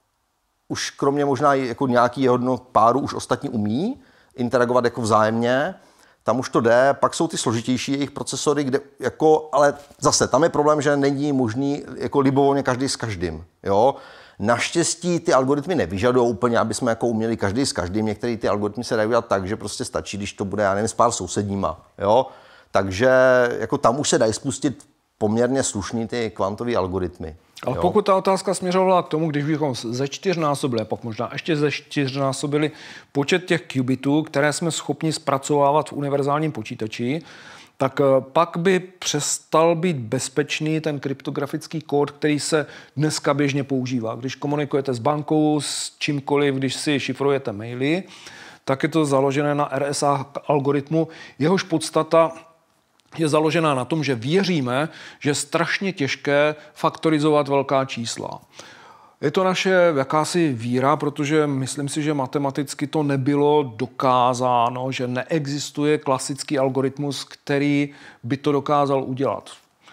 S3: už kromě možná jako nějaký páru už ostatní umí interagovat jako vzájemně. Tam už to jde, pak jsou ty složitější jejich procesory, kde jako, ale zase tam je problém, že není možný jako libovolně každý s každým, jo. Naštěstí ty algoritmy nevyžadují úplně, aby jsme jako uměli každý s každým. Některé ty algoritmy se dají udělat tak, že prostě stačí, když to bude, já nevím, s pár sousedníma, jo. Takže jako tam už se dají spustit poměrně slušný ty kvantové algoritmy.
S4: Ale jo. Pokud ta otázka směřovala k tomu, když bychom ze 4násobili, pak možná ještě ze 4násobili počet těch qubitů, které jsme schopni zpracovávat v univerzálním počítači, tak pak by přestal být bezpečný ten kryptografický kód, který se dneska běžně používá. Když komunikujete s bankou, s čímkoliv, když si šifrujete maily, tak je to založené na RSA algoritmu. Jehož podstata je založená na tom, že věříme, že je strašně těžké faktorizovat velká čísla. Je to naše jakási víra, protože myslím si, že matematicky to nebylo dokázáno, že neexistuje klasický algoritmus, který by to dokázal udělat.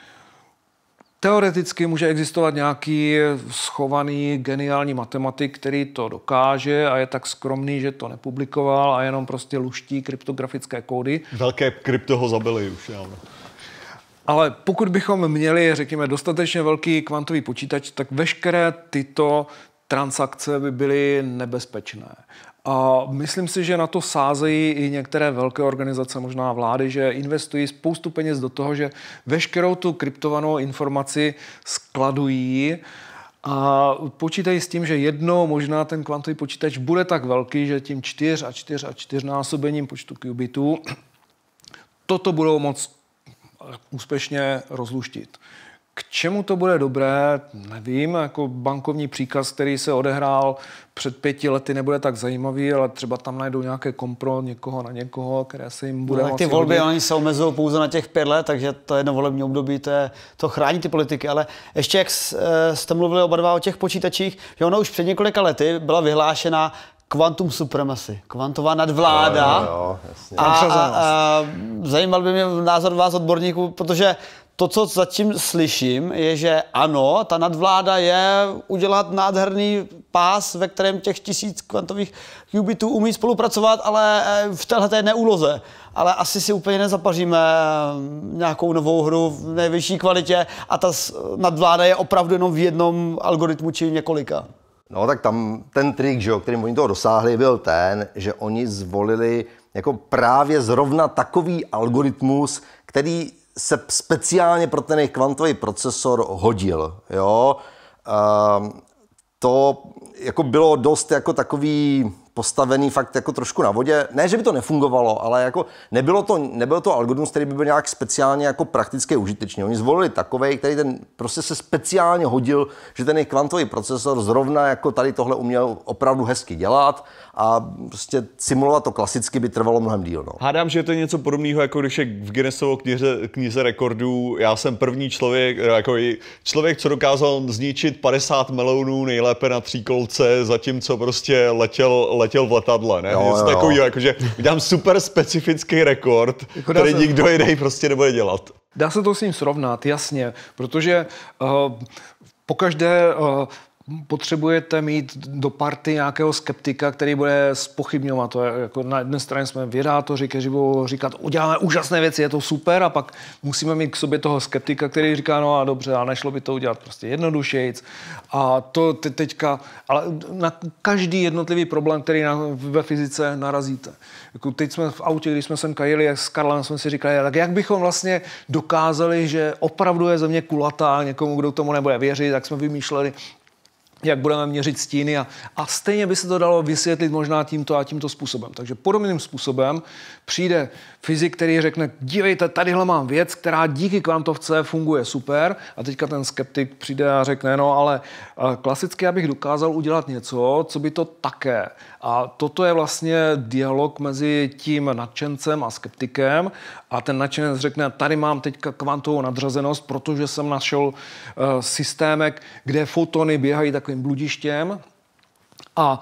S4: Teoreticky může existovat nějaký schovaný geniální matematik, který to dokáže a je tak skromný, že to nepublikoval a jenom prostě luští kryptografické kódy.
S1: Velké krypto ho zabili už, jo.
S4: Ale pokud bychom měli, řekněme, dostatečně velký kvantový počítač, tak veškeré tyto transakce by byly nebezpečné. A myslím si, že na to sázejí i některé velké organizace, možná vlády, že investují spoustu peněz do toho, že veškerou tu kryptovanou informaci skladují a počítají s tím, že jednou možná ten kvantový počítač bude tak velký, že tím 4násobením počtu qubitů toto budou moct úspěšně rozluštit. K čemu to bude dobré, nevím, jako bankovní příkaz, který se odehrál před 5 lety, nebude tak zajímavý, ale třeba tam najdou nějaké kompro někoho na někoho, které se jim bude
S2: tak ty volby, oni se omezují pouze na těch 5 let, takže to jedno volební období, to chrání ty politiky, ale ještě jak jste mluvili oba dva o těch počítačích, že ono už před několika lety byla vyhlášena Quantum Supremacy, kvantová nadvláda.
S3: Jo, jasně.
S2: A zajímal by mě názor vás odborníků, protože to, co zatím slyším, je, že ano, ta nadvláda je udělat nádherný pás, ve kterém těch 1000 kvantových qubitů umí spolupracovat, ale v téhleté neúloze. Ale asi si úplně nezapaříme nějakou novou hru v nejvyšší kvalitě a ta nadvláda je opravdu jenom v jednom algoritmu či několika.
S3: No tak tam ten trik, že jo, kterým oni toho dosáhli, byl ten, že oni zvolili jako právě zrovna takový algoritmus, který se speciálně pro ten jejich kvantový procesor hodil. Jo? To jako bylo dost jako takový postavený fakt jako trošku na vodě. Ne, že by to nefungovalo, ale jako nebyl to algoritmus, který by byl nějak speciálně jako prakticky užitečný. Oni zvolili takovej, který ten prostě se speciálně hodil, že ten jejich kvantový procesor zrovna jako tady tohle uměl opravdu hezky dělat a prostě simulovat to klasicky by trvalo mnohem díl. No.
S1: Hádám, že je to něco podobného, jako když je v Guinnessově knize rekordů. Já jsem první člověk, co dokázal zničit 50 melounů nejlépe na 3 kolce, zatímco prostě letěl v letadle, ne? Něco takového, jakože udělám super specifický rekord, který nikdo jiný prostě nebude dělat.
S4: Dá se to s ním srovnat, jasně, protože pokaždé potřebujete mít do party nějakého skeptika, který bude zpochybňovat to. Jako na jedné straně jsme vědátoři, kteří budou říkat, uděláme úžasné věci, je to super, a pak musíme mít k sobě toho skeptika, který říká, no a dobře, a nešlo by to udělat prostě jednodušejc. A to teďka, ale na každý jednotlivý problém, který ve fyzice narazíte. Jako teď jsme v autě, když jsme sem jeli s Karlem, jsme si říkali, tak jak bychom vlastně dokázali, že opravdu je Země kulatá, někomu, kdo tomu nebude věřit, tak jsme vymýšleli, jak budeme měřit stíny a stejně by se to dalo vysvětlit možná tímto a tímto způsobem. Takže podobným způsobem přijde fyzik, který řekne, dívejte, tadyhle mám věc, která díky kvantovce funguje super, a teďka ten skeptik přijde a řekne, no ale klasicky já bych dokázal udělat něco, co by to také. A toto je vlastně dialog mezi tím nadšencem a skeptikem, a ten nadšenec řekne, tady mám teďka kvantovou nadřazenost, protože jsem našel systémek, kde fotony běhají takovým bludištěm, a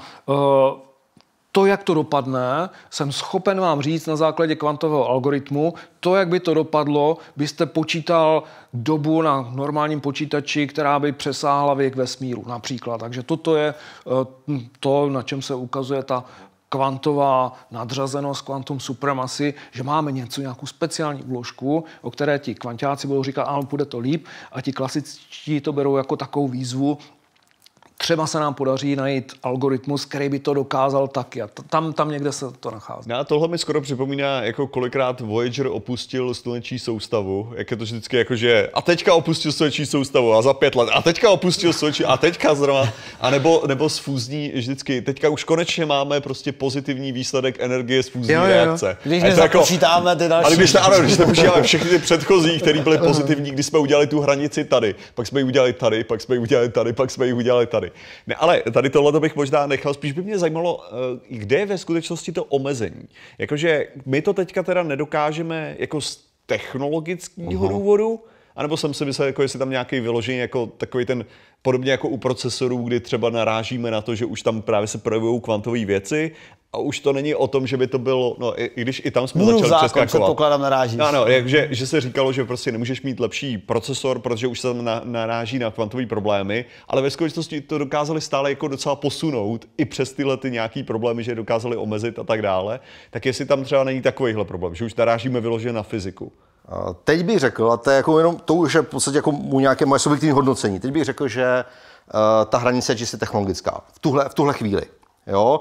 S4: to, jak to dopadne, jsem schopen vám říct na základě kvantového algoritmu. To, jak by to dopadlo, byste počítal dobu na normálním počítači, která by přesáhla věk vesmíru například. Takže toto je to, na čem se ukazuje ta kvantová nadřazenost, quantum supremacy, že máme nějakou speciální vložku, o které ti kvanťáci budou říkat, ano, půjde to líp, a ti klasičtí to berou jako takovou výzvu. Třeba se nám podaří najít algoritmus, který by to dokázal taky. A tam někde se to nachází.
S1: No a tohle mi skoro připomíná, jako kolikrát Voyager opustil sluneční soustavu. Jak je to vždycky jako, že a teďka opustil sluneční soustavu a za 5 let. A teďka opustil sluneční a teďka zrovna. A nebo z fúzní vždycky. Teďka už konečně máme prostě pozitivní výsledek energie z fúzní reakce.
S2: Když nezapočítáme ty další.
S1: Ale když nepočítáme všechny ty předchozí, které byly pozitivní, když jsme udělali tu hranici tady, pak jsme ji udělali tady, pak jsme ji udělali tady, pak jsme ji udělali tady. Ne, ale tady tohle bych možná nechal, spíš by mě zajímalo, kde je ve skutečnosti to omezení. Jakože my to teďka teda nedokážeme jako z technologického důvodu, anebo jsem si myslel, jako jestli tam nějaký vyložený jako takový ten, podobně jako u procesorů, kdy třeba narážíme na to, že už tam právě se projevují kvantové věci, a už to není o tom, že by to bylo, no i když i tam jsme začali přeskakovat.
S2: Předpokládám, narážíš.
S1: Ano, že se říkalo, že prostě nemůžeš mít lepší procesor, protože už se tam naráží na kvantové problémy, ale ve skutečnosti to dokázali stále jako docela posunout i přes tyhle ty nějaký problémy, že je dokázali omezit a tak dále. Tak jestli tam třeba není takovýhle problém, že už narážíme vyloženě na fyziku.
S3: Teď bych řekl, a to je jako jenom, to už je v podstatě jako nějaké moje subjektivní hodnocení. Teď bych řekl, že ta hranice je čistě technologická. V tuhle chvíli. Jo?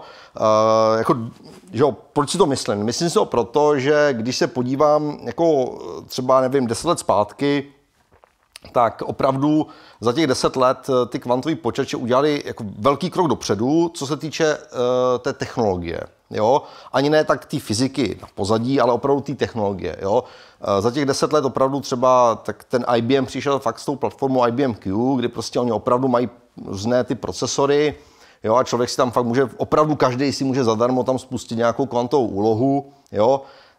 S3: Proč si to myslím? Myslím si to proto, že když se podívám jako třeba, nevím, 10 let zpátky, tak opravdu za těch 10 let ty kvantové počítače udělali jako velký krok dopředu, co se týče té technologie. Jo? Ani ne tak té fyziky na pozadí, ale opravdu té technologie. Jo? Za těch 10 let opravdu třeba tak ten IBM přišel fakt s tou platformou IBM Q, kdy prostě oni opravdu mají různé ty procesory, jo? A člověk si tam fakt může, opravdu každý si může zadarmo tam spustit nějakou kvantovou úlohu, jo?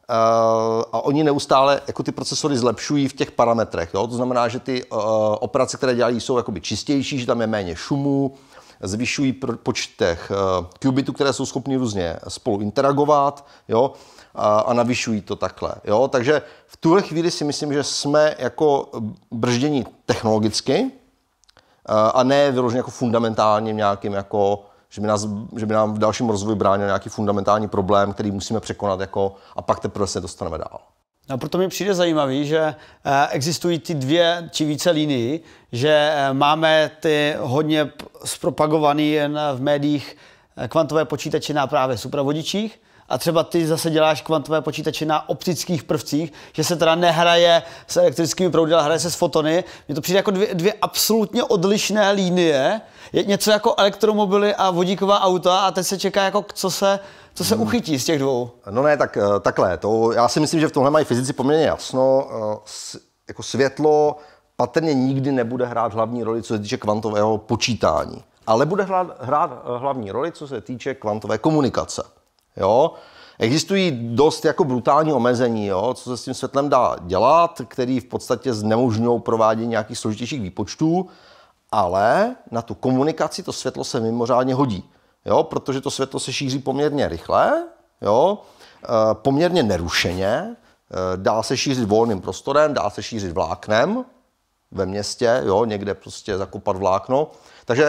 S3: A oni neustále jako ty procesory zlepšují v těch parametrech. Jo? To znamená, že ty operace, které dělají, jsou jakoby čistější, že tam je méně šumu, zvyšují počtech qubitů, které jsou schopny různě spolu interagovat, jo? A navyšují to takhle. Jo? Takže v tuhle chvíli si myslím, že jsme jako brždění technologicky a ne vyloženě jako fundamentálním nějakým jako že by nám v dalším rozvoji bránil nějaký fundamentální problém, který musíme překonat jako, a pak teprve se dostaneme dál.
S2: No, proto mi přijde zajímavý, že existují ty 2 či více linií, že máme ty hodně zpropagovaný jen v médiích kvantové počítače na právě supravodičích, a třeba ty zase děláš kvantové počítače na optických prvcích, že se teda nehraje s elektrickými proudy, ale hraje se s fotony. Mně to přijde jako dvě absolutně odlišné linie. Je něco jako elektromobily a vodíková auta, a teď se čeká, jako co se uchytí z těch dvou.
S3: No ne, takhle. Já si myslím, že v tomhle mají fyzici poměrně jasno. Jako světlo patrně nikdy nebude hrát hlavní roli, co se týče kvantového počítání. Ale bude hrát hlavní roli, co se týče kvantové komunikace. Jo? Existují dost jako brutální omezení, jo? Co se s tím světlem dá dělat, který v podstatě znemožňují provádění nějakých složitějších výpočtů, ale na tu komunikaci to světlo se mimořádně hodí, jo? Protože to světlo se šíří poměrně rychle, jo? Poměrně nerušeně, dá se šířit volným prostorem, dá se šířit vláknem ve městě, jo? Někde prostě zakopat vlákno. Takže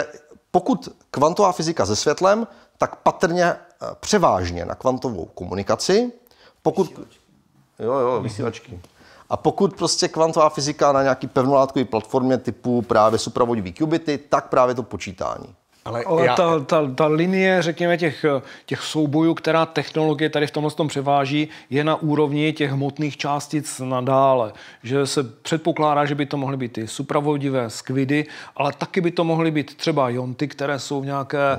S3: Pokud kvantová fyzika se světlem, tak patrně převážně na kvantovou komunikaci. Pokud... Vysílačky. A pokud prostě kvantová fyzika na nějaký pevnolátkové platformě typu právě supravodivý qubity, tak právě to počítání.
S4: Ale ta linie, řekněme, těch soubojů, která technologie tady v tomhle tom převáží, je na úrovni těch hmotných částic nadále. Že se předpokládá, že by to mohly být ty supravodivé skvidy, ale taky by to mohly být třeba jonty, které jsou v nějaké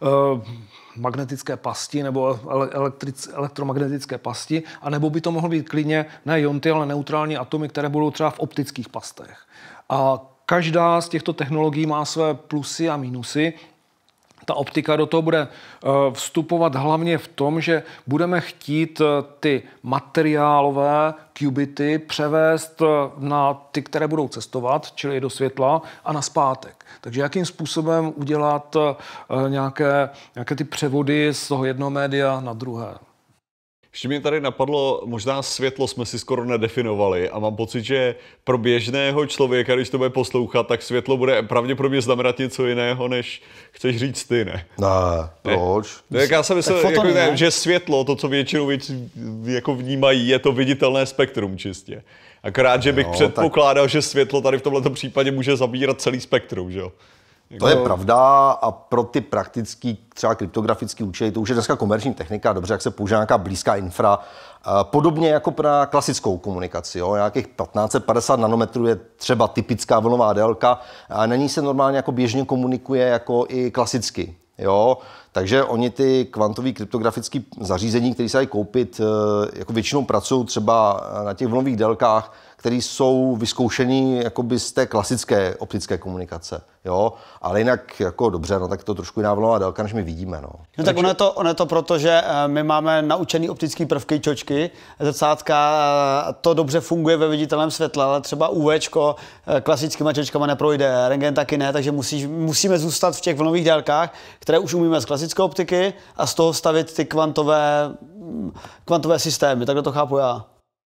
S4: magnetické pasti nebo elektromagnetické pasti, anebo by to mohlo být klidně ne jonty, ale neutrální atomy, které budou třeba v optických pastech. A každá z těchto technologií má své plusy a minusy. Ta optika do toho bude vstupovat hlavně v tom, že budeme chtít ty materiálové qubity převést na ty, které budou cestovat, čili do světla a nazpátek. Takže jakým způsobem udělat nějaké ty převody z toho jednoho média na druhé.
S1: Ještě mě tady napadlo, možná světlo jsme si skoro nedefinovali a mám pocit, že pro běžného člověka, když to bude poslouchat, tak světlo bude pravděpodobně znamenat něco jiného, než chceš říct ty, ne?
S3: Ne, proč?
S1: Tak já jsem myslel, že světlo, to, co většinou jako vnímají, je to viditelné spektrum čistě. Akorát, že bych předpokládal, že světlo tady v tomto případě může zabírat celý spektrum, že jo?
S3: To je pravda a pro ty praktický, třeba kryptografický účely, to už je dneska komerční technika, dobře, jak se používá nějaká blízká infra, podobně jako pro klasickou komunikaci. Jo? Nějakých 1550 nanometrů je třeba typická vlnová délka a na ní se normálně jako běžně komunikuje jako i klasicky. Jo? Takže oni ty kvantové kryptografické zařízení, které se dají koupit, jako většinou pracují třeba na těch vlnových délkách, které jsou vyzkoušený jakoby z té klasické optické komunikace. Jo? Ale jinak jako dobře, no tak to trošku jiná vlnová délka, než my vidíme.
S2: No tak ono je to proto, že my máme naučený optický prvky, čočky, zrcátka, to dobře funguje ve viditelném světle, ale třeba UVčko klasickýma čočkama neprojde, rentgen taky ne, takže musíme zůstat v těch vlnových délkách, které už umíme z klasické optiky a z toho stavit ty kvantové systémy, takhle to chápu já.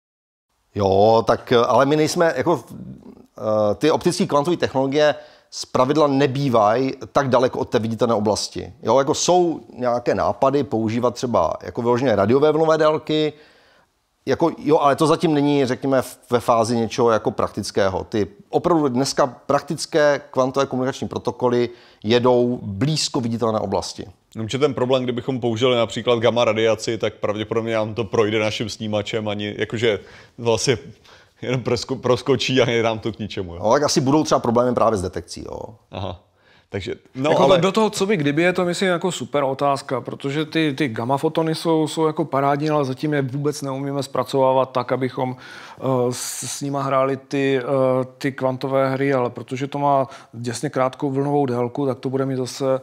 S3: Jo, tak ale my nejsme, jako ty optické kvantové technologie zpravidla nebývají tak daleko od té viditelné oblasti. Jo, jako jsou nějaké nápady používat třeba jako vyloženě radiové vlnové délky, jako, jo, ale to zatím není, řekněme, ve fázi něčeho jako praktického. Ty opravdu dneska praktické kvantové komunikační protokoly jedou blízko viditelné oblasti.
S1: Že ten problém, kdybychom použili například gamma radiaci, tak pravděpodobně nám to projde naším snímačem, ani jakože vlastně jenom proskočí a je nám to k ničemu. Jo.
S3: No, tak asi budou třeba problémy právě s detekcí. Jo.
S1: Aha. Takže, no,
S3: jako
S1: ale...
S4: Do toho, co by kdyby, je to myslím jako super otázka, protože ty gamma fotony jsou jako parádní, ale zatím je vůbec neumíme zpracovávat tak, abychom s nima hráli ty kvantové hry, ale protože to má děsně krátkou vlnovou délku, tak to bude mít zase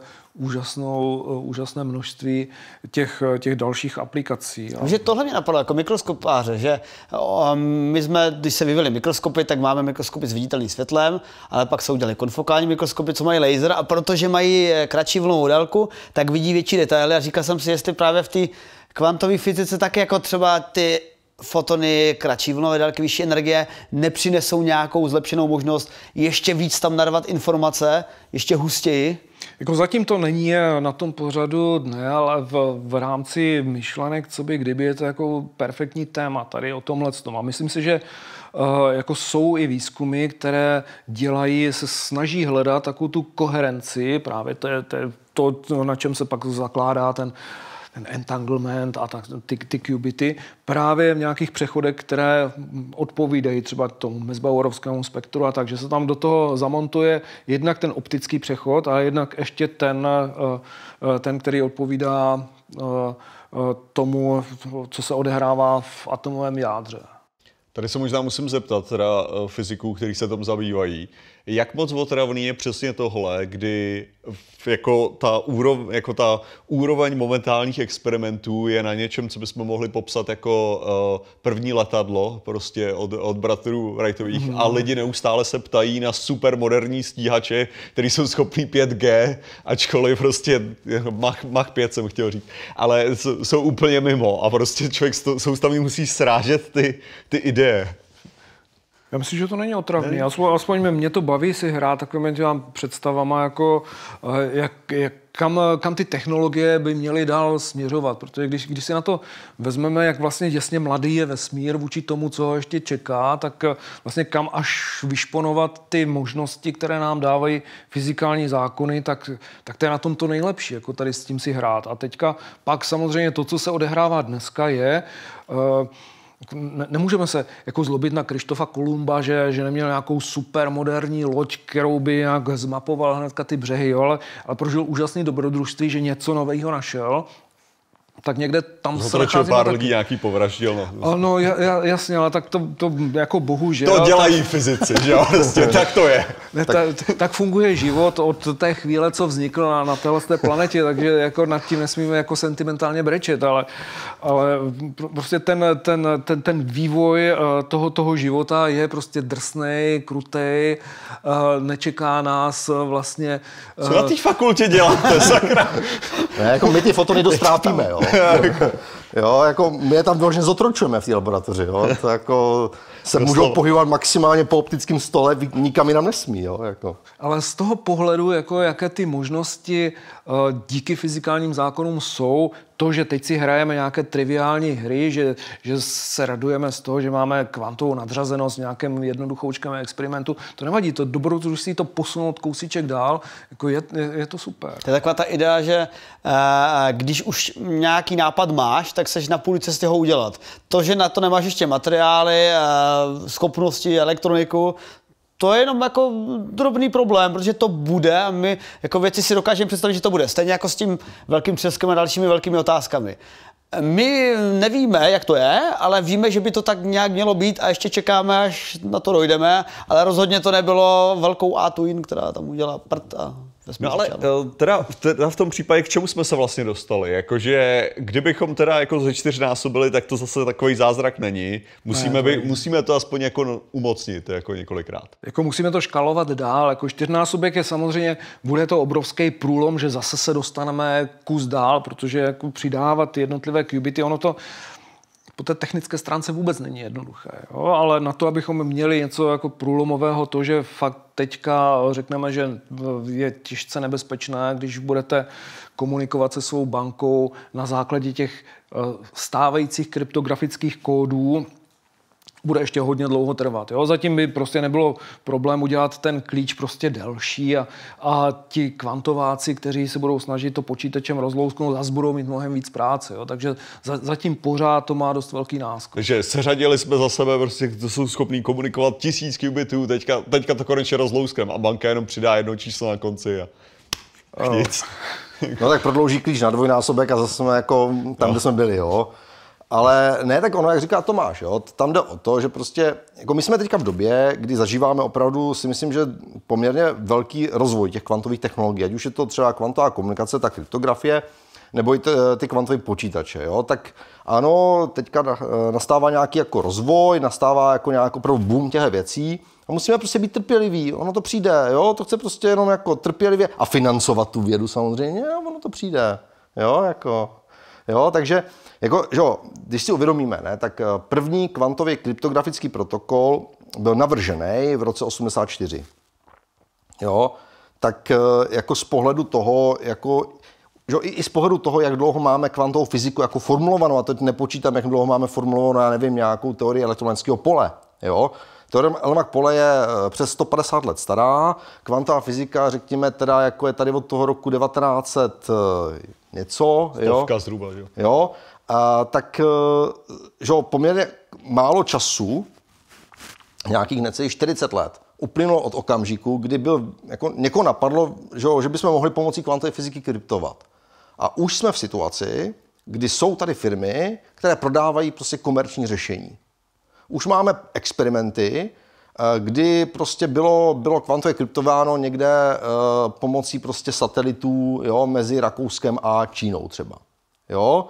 S4: úžasné množství těch dalších aplikací.
S2: Takže tohle mě napadlo jako mikroskopáře, že my jsme, když se vyvili mikroskopy, tak máme mikroskopy s viditelným světlem, ale pak se udělali konfokální mikroskopy, co mají laser a protože mají kratší vlnovou délku, tak vidí větší detaily a říkal jsem si, jestli právě v té kvantové fyzice taky jako třeba ty fotony, kratší vlnové délky, vyšší energie nepřinesou nějakou zlepšenou možnost ještě víc tam narvat informace, ještě hustěji?
S4: Jako zatím to není na tom pořadu dne, ale v rámci myšlenek, co by kdyby, je to jako perfektní téma tady o tomhletom. A myslím si, že jako jsou i výzkumy, které dělají, se snaží hledat takovou tu koherenci, právě to, na čem se pak zakládá ten entanglement a ty qubity právě v nějakých přechodech, které odpovídají třeba tomu Mesbauerovskému spektru a tak, že se tam do toho zamontuje jednak ten optický přechod a jednak ještě ten který odpovídá tomu, co se odehrává v atomovém jádře.
S1: Tady se možná musím zeptat teda fyziků, kteří se tom zabývají. Jak moc otravný je přesně tohle, kdy jako ta úroveň momentálních experimentů je na něčem, co bychom mohli popsat jako první letadlo prostě od bratrů Wrightových a lidi neustále se ptají na supermoderní stíhače, který jsou schopný 5G, ačkoliv prostě Mach 5 jsem chtěl říct, ale jsou úplně mimo a prostě člověk soustavně musí srážet ty ideje.
S4: Já myslím, že to není otravný. Aspoň mě to baví si hrát takovými představama, jako kam ty technologie by měly dál směřovat. Protože když si na to vezmeme, jak vlastně děsně mladý je vesmír vůči tomu, co ho ještě čeká, tak vlastně kam až vyšponovat ty možnosti, které nám dávají fyzikální zákony, tak to je na tom to nejlepší, jako tady s tím si hrát. A teďka pak samozřejmě to, co se odehrává dneska, je... Nemůžeme se jako zlobit na Krištofa Kolumba, že neměl nějakou super moderní loď, kterou by nějak zmapoval hnedka ty břehy, jo, ale prožil úžasný dobrodružství, že něco nového našel. Tak někde tam se
S1: nacházíme... pár lidí nějaký povraždil.
S4: No jasně, ale tak to jako bohužel...
S1: To dělají fyzici, že jo? Tak to je.
S4: Tak funguje život od té chvíle, co vznikl na téhle planetě, takže jako nad tím nesmíme jako sentimentálně brečet, ale prostě ten vývoj toho života je prostě drsnej, krutej, nečeká nás vlastně...
S1: Co na té fakultě děláte, sakra?
S3: Ne, jako my ty fotony dost trápíme, jo. Jo, jako my je tam vyloženě zotročujeme v té laboratoři, jo. To jako se můžou pohybovat maximálně po optickém stole, nikam jinam nesmí, jo. Jako.
S4: Ale z toho pohledu, jako jaké ty možnosti díky fyzikálním zákonům jsou, to, že teď si hrajeme nějaké triviální hry, že se radujeme z toho, že máme kvantovou nadřazenost v nějakém jednoduchoučkém experimentu, to nevadí, to dobrodružství to posunout kousíček dál, jako je to super.
S2: To je taková ta idea, že když už nějaký nápad máš, tak seš na půli cesty ho udělat. To, že na to nemáš ještě materiály, schopnosti, elektroniku, to je jenom jako drobný problém, protože to bude a my jako věci si dokážeme představit, že to bude. Stejně jako s tím velkým třeskem a dalšími velkými otázkami. My nevíme, jak to je, ale víme, že by to tak nějak mělo být a ještě čekáme, až na to dojdeme, ale rozhodně to nebylo velkou A-Twin, která tam udělala prd a
S1: no ale teda v tom případě, k čemu jsme se vlastně dostali? Jakože kdybychom teda jako ze 4násobili, tak to zase takový zázrak není. Musíme to aspoň jako umocnit jako několikrát.
S4: Jako musíme to škalovat dál. Jako 4násobek je samozřejmě, bude to obrovský průlom, že zase se dostaneme kus dál, protože jako přidávat jednotlivé qubity, ono to po té technické stránce vůbec není jednoduché, jo? Ale na to, abychom měli něco jako průlomového, to, že fakt teďka řekneme, že je těžce nebezpečné, když budete komunikovat se svou bankou na základě těch stávajících kryptografických kódů, bude ještě hodně dlouho trvat. Jo? Zatím by prostě nebylo problém udělat ten klíč prostě delší a ti kvantováci, kteří se budou snažit to počítačem rozlousknout, zase budou mít mnohem víc práce. Jo? Takže zatím pořád to má dost velký náskok.
S1: Takže seřadili jsme za sebe, prostě to jsou schopní komunikovat 1000 qubitů, teďka to konečně rozlouskem a banka jenom přidá jedno číslo na konci a nic.
S3: No tak prodlouží klíč na dvojnásobek a zase jsme jako tam, kde jsme byli, jo. Ale ne, tak ono, jak říká Tomáš, jo, tam jde o to, že prostě, jako my jsme teďka v době, kdy zažíváme opravdu, si myslím, že poměrně velký rozvoj těch kvantových technologií, ať už je to třeba kvantová komunikace, tak kryptografie, nebo i ty kvantové počítače, jo, tak ano, teďka nastává nějaký jako rozvoj, nastává jako nějaký opravdu boom těch věcí a musíme prostě být trpěliví, ono to přijde, jo, to chce prostě jenom jako trpělivě a financovat tu vědu samozřejmě, a ono to přijde, jo, jako, jo, takže jako, že jo, když si uvědomíme, ne, tak první kvantový kryptografický protokol byl navržený v roce 84. Jo, tak jako z pohledu toho, jako, že i z pohledu toho, jak dlouho máme kvantovou fyziku jako formulovanou, a teď nepočítám, jak dlouho máme formulovanou, já nevím, nějakou teorii elektromagnetického pole, jo. Teorie Elmach pole je přes 150 let stará, kvantová fyzika, řekněme, teda jako je tady od toho roku 1900 něco, jo.
S1: Stovka zhruba, jo.
S3: Jo. Tak že poměrně málo času, nějakých necelých 40 let, uplynulo od okamžiku, kdy byl, jako někoho napadlo, že bychom mohli pomocí kvantové fyziky kryptovat. A už jsme v situaci, kdy jsou tady firmy, které prodávají prostě komerční řešení. Už máme experimenty, kdy prostě bylo kvantově kryptováno někde pomocí prostě satelitů, jo, mezi Rakouskem a Čínou třeba. Jo.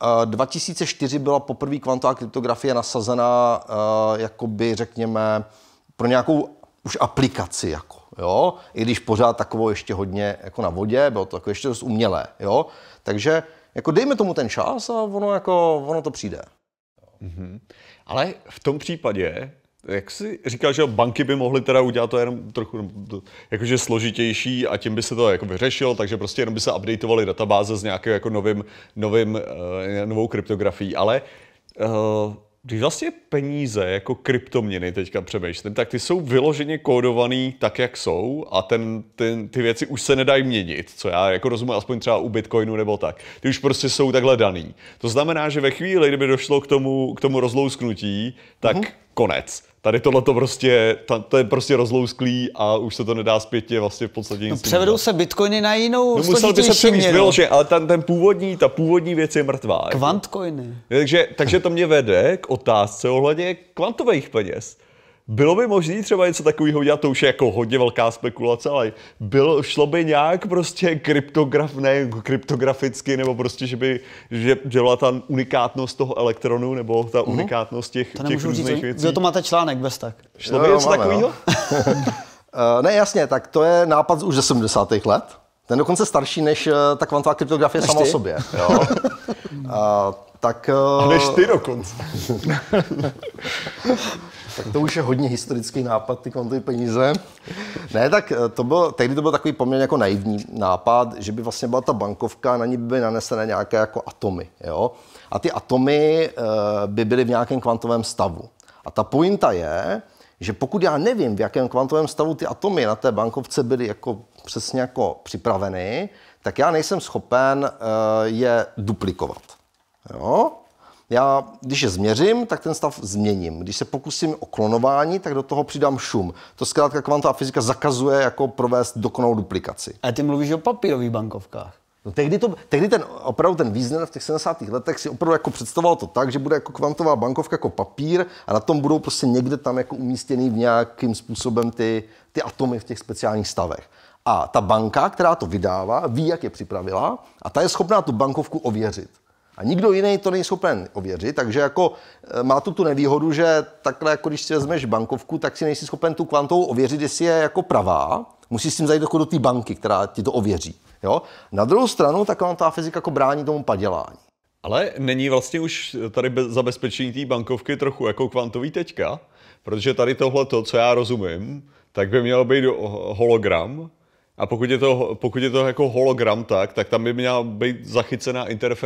S3: 2004 byla poprvé kvantová kryptografie nasazena, jakoby řekněme, pro nějakou už aplikaci, jako, jo? I když pořád takovou ještě hodně jako na vodě, bylo to jako ještě dost umělé. Jo? Takže jako dejme tomu ten čas a ono to přijde.
S1: Mm-hmm. Ale v tom případě jak jsi říkal, že banky by mohly teda udělat to jenom trochu jakože složitější a tím by se to jako vyřešilo, takže prostě jenom by se updateovaly databáze s nějakou jako novou kryptografií, ale když vlastně peníze jako kryptoměny teďka přemýšlím, tak ty jsou vyloženě kódovaný tak, jak jsou a ty věci už se nedají měnit, co já jako rozumím aspoň třeba u Bitcoinu nebo tak. Ty už prostě jsou takhle daný. To znamená, že ve chvíli, kdyby došlo k tomu rozlousknutí, tak konec. Tady tohleto prostě, to je prostě rozlousklý a už se to nedá zpětně vlastně v podstatě nic.
S2: Převedou se bitcoiny na jinou
S1: musel by se přemýšlet, vyloženě, ale ta původní věc je mrtvá.
S2: Kvantcoiny.
S1: Takže to mě vede k otázce ohledně kvantových peněz. Bylo by možné třeba něco takového udělat, to už je jako hodně velká spekulace, ale šlo by nějak prostě kryptograficky, nebo prostě, že byla ta unikátnost toho elektronu, nebo ta unikátnost těch různých věcí.
S2: Vy to máte článek bez tak.
S1: Šlo by něco takového?
S3: Ne, jasně, tak to je nápad už ze 70. let. Ten dokonce starší než ta kvantová kryptografie sama o sobě. Jo?
S1: A než ty dokonce.
S3: Tak to už je hodně historický nápad, ty kvantové peníze. Ne, tak tehdy to byl takový poměrně jako naivní nápad, že by vlastně byla ta bankovka, na ní by byly nanesené nějaké jako atomy. Jo? A ty atomy by byly v nějakém kvantovém stavu. A ta pointa je, že pokud já nevím, v jakém kvantovém stavu ty atomy na té bankovce byly jako přesně jako připraveny, tak já nejsem schopen je duplikovat. Jo? Já, když je změřím, tak ten stav změním. Když se pokusím o klonování, tak do toho přidám šum. To zkrátka kvantová fyzika zakazuje jako provést dokonalou duplikaci.
S2: A ty mluvíš o papírových bankovkách.
S3: No tehdy ten Wiesner v těch 70. letech si opravdu jako představoval to tak, že bude jako kvantová bankovka jako papír a na tom budou prostě někde tam jako umístěný v nějakým způsobem ty atomy v těch speciálních stavech. A ta banka, která to vydává, ví, jak je připravila a ta je schopná tu bankovku ověřit. A nikdo jiný to není schopen ověřit, takže jako má tu nevýhodu, že takhle, jako když si vezmeš bankovku, tak si nejsi schopen tu kvantovou ověřit, jestli je jako pravá. Musíš s tím zajít do té banky, která ti to ověří. Jo? Na druhou stranu ta kvantová fyzika jako brání tomu padělání.
S1: Ale není vlastně už tady zabezpečení té bankovky trochu jako kvantový teďka? Protože tady tohleto, co já rozumím, tak by mělo být hologram. A pokud je to jako hologram, tak tam by měla být zachycená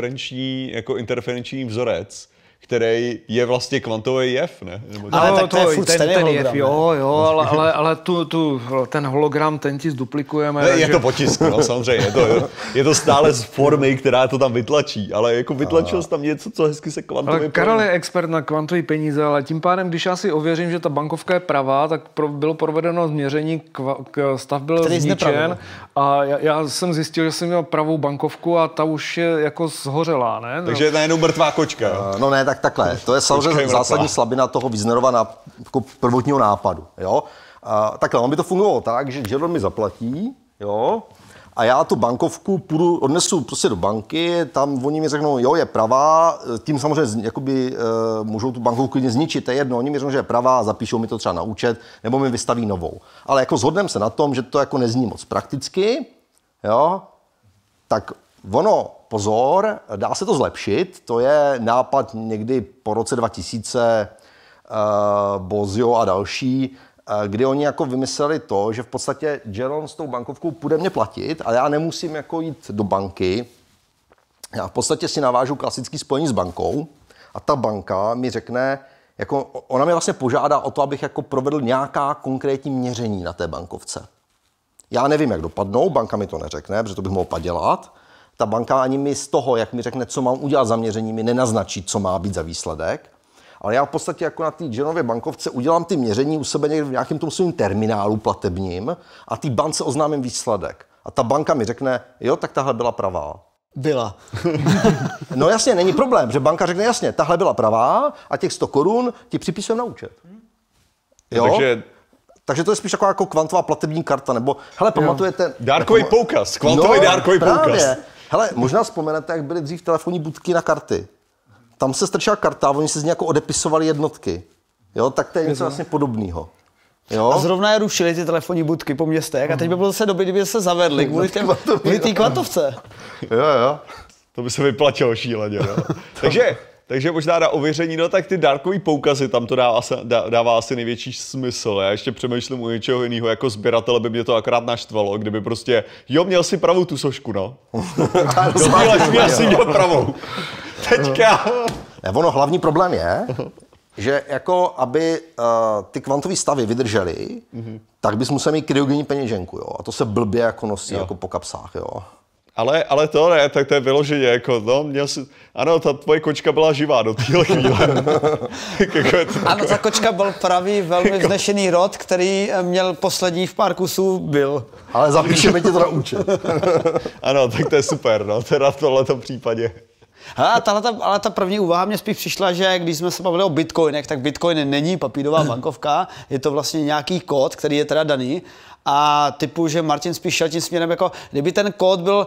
S1: interferenční vzorec, který je vlastně kvantový jev, ne?
S2: Ale tak to je furt stejný hologram.
S4: Jo, ale ten hologram, ten ti zduplikujeme.
S1: Je to potisk, no, samozřejmě. Je to stále z formy, která to tam vytlačí, ale jako vytlačil jsi tam něco, co hezky se kvantově...
S4: Ale Karel je expert na kvantové peníze, ale tím pádem, když já si ověřím, že ta bankovka je pravá, tak bylo provedeno změření, stav byl zničen a já jsem zjistil, že jsem měl pravou bankovku a ta už je jako zhořelá, ne?
S1: Takže je najednou mrtvá kočka.
S3: No ne, tak takhle. To je samozřejmě zásadní slabina toho Wiesnerova jako prvotního nápadu. Jo? Takhle, on by to fungovalo tak, že Jerome mi zaplatí, jo? A já tu bankovku odnesu prostě do banky, tam oni mi řeknou, jo, je pravá, tím samozřejmě jakoby, můžou tu bankovku klidně zničit, to je jedno, oni mi řeknou, že je pravá a zapíšou mi to třeba na účet, nebo mi vystaví novou. Ale jako shodneme se na tom, že to jako nezní moc prakticky, jo? Tak ono, pozor, dá se to zlepšit, to je nápad někdy po roce 2000, Bozio a další, kdy oni jako vymysleli to, že v podstatě Jerome s tou bankovkou bude mě platit a já nemusím jako jít do banky. Já v podstatě si navážu klasický spojení s bankou a ta banka mi řekne, jako ona mě vlastně požádá o to, abych jako provedl nějaká konkrétní měření na té bankovce. Já nevím, jak dopadnou, banka mi to neřekne, protože to bych mohl padělat. Ta banka ani mi z toho, jak mi řekne, co mám udělat za měření, mi nenaznačí, co má být za výsledek. Ale já v podstatě jako na té Jeromeově bankovce udělám ty měření u sebe někde v nějakém tom svým terminálu platebním a té bance oznámím výsledek. A ta banka mi řekne, jo, tak tahle byla pravá.
S2: Byla.
S3: No jasně, není problém, že banka řekne jasně, tahle byla pravá a těch 100 korun ti připisujeme na účet. Jo? Takže to je spíš jako kvantová platební karta, nebo hele, pamatujete...
S1: Dárkový poukaz, kvantový dárkový poukaz.
S3: Hele, možná vzpomenete, jak byly dřív telefonní budky na karty. Tam se strčila karta a oni se z ní jako odepisovali jednotky. Jo, tak to je něco vlastně podobného. Jo?
S2: A zrovna je rušili ty telefonní budky po městech a teď by bylo zase doby, kdyby se zavedli kvůli té kvantovce.
S3: Jo.
S1: To by se vyplatilo šíleně. No. takže možná na ověření, no tak ty dárkový poukazy, tam to dává asi největší smysl. Já ještě přemýšlím u něčeho jiného, jako sběratele by mě to akorát naštvalo, kdyby prostě, jo, měl si pravou tu sošku, no. Měl si měl pravou. Teďka.
S3: Ono hlavní problém je, že jako aby ty kvantové stavy vydržely, tak bys musel mít kryogenní peněženku, jo. A to se blbě jako nosí jako po kapsách, jo.
S1: Ale to ne, tak to je vyloženě, jako, no, ano, ta tvoje kočka byla živá do téhle chvíle.
S2: Ano, ta kočka byl pravý velmi vznešený rod, který měl poslední v pár kusů byl.
S3: Ale zapíšeme ti to na účet.
S1: Ano, tak to je super, no, teda v tomhletom případě.
S2: Ale ta první úvaha mě spíš přišla, že když jsme se bavili o bitcoinech, tak bitcoin není papírová bankovka, je to vlastně nějaký kód, který je teda daný. A typu, že Martin spíš šel tím směrem, jako kdyby ten kód byl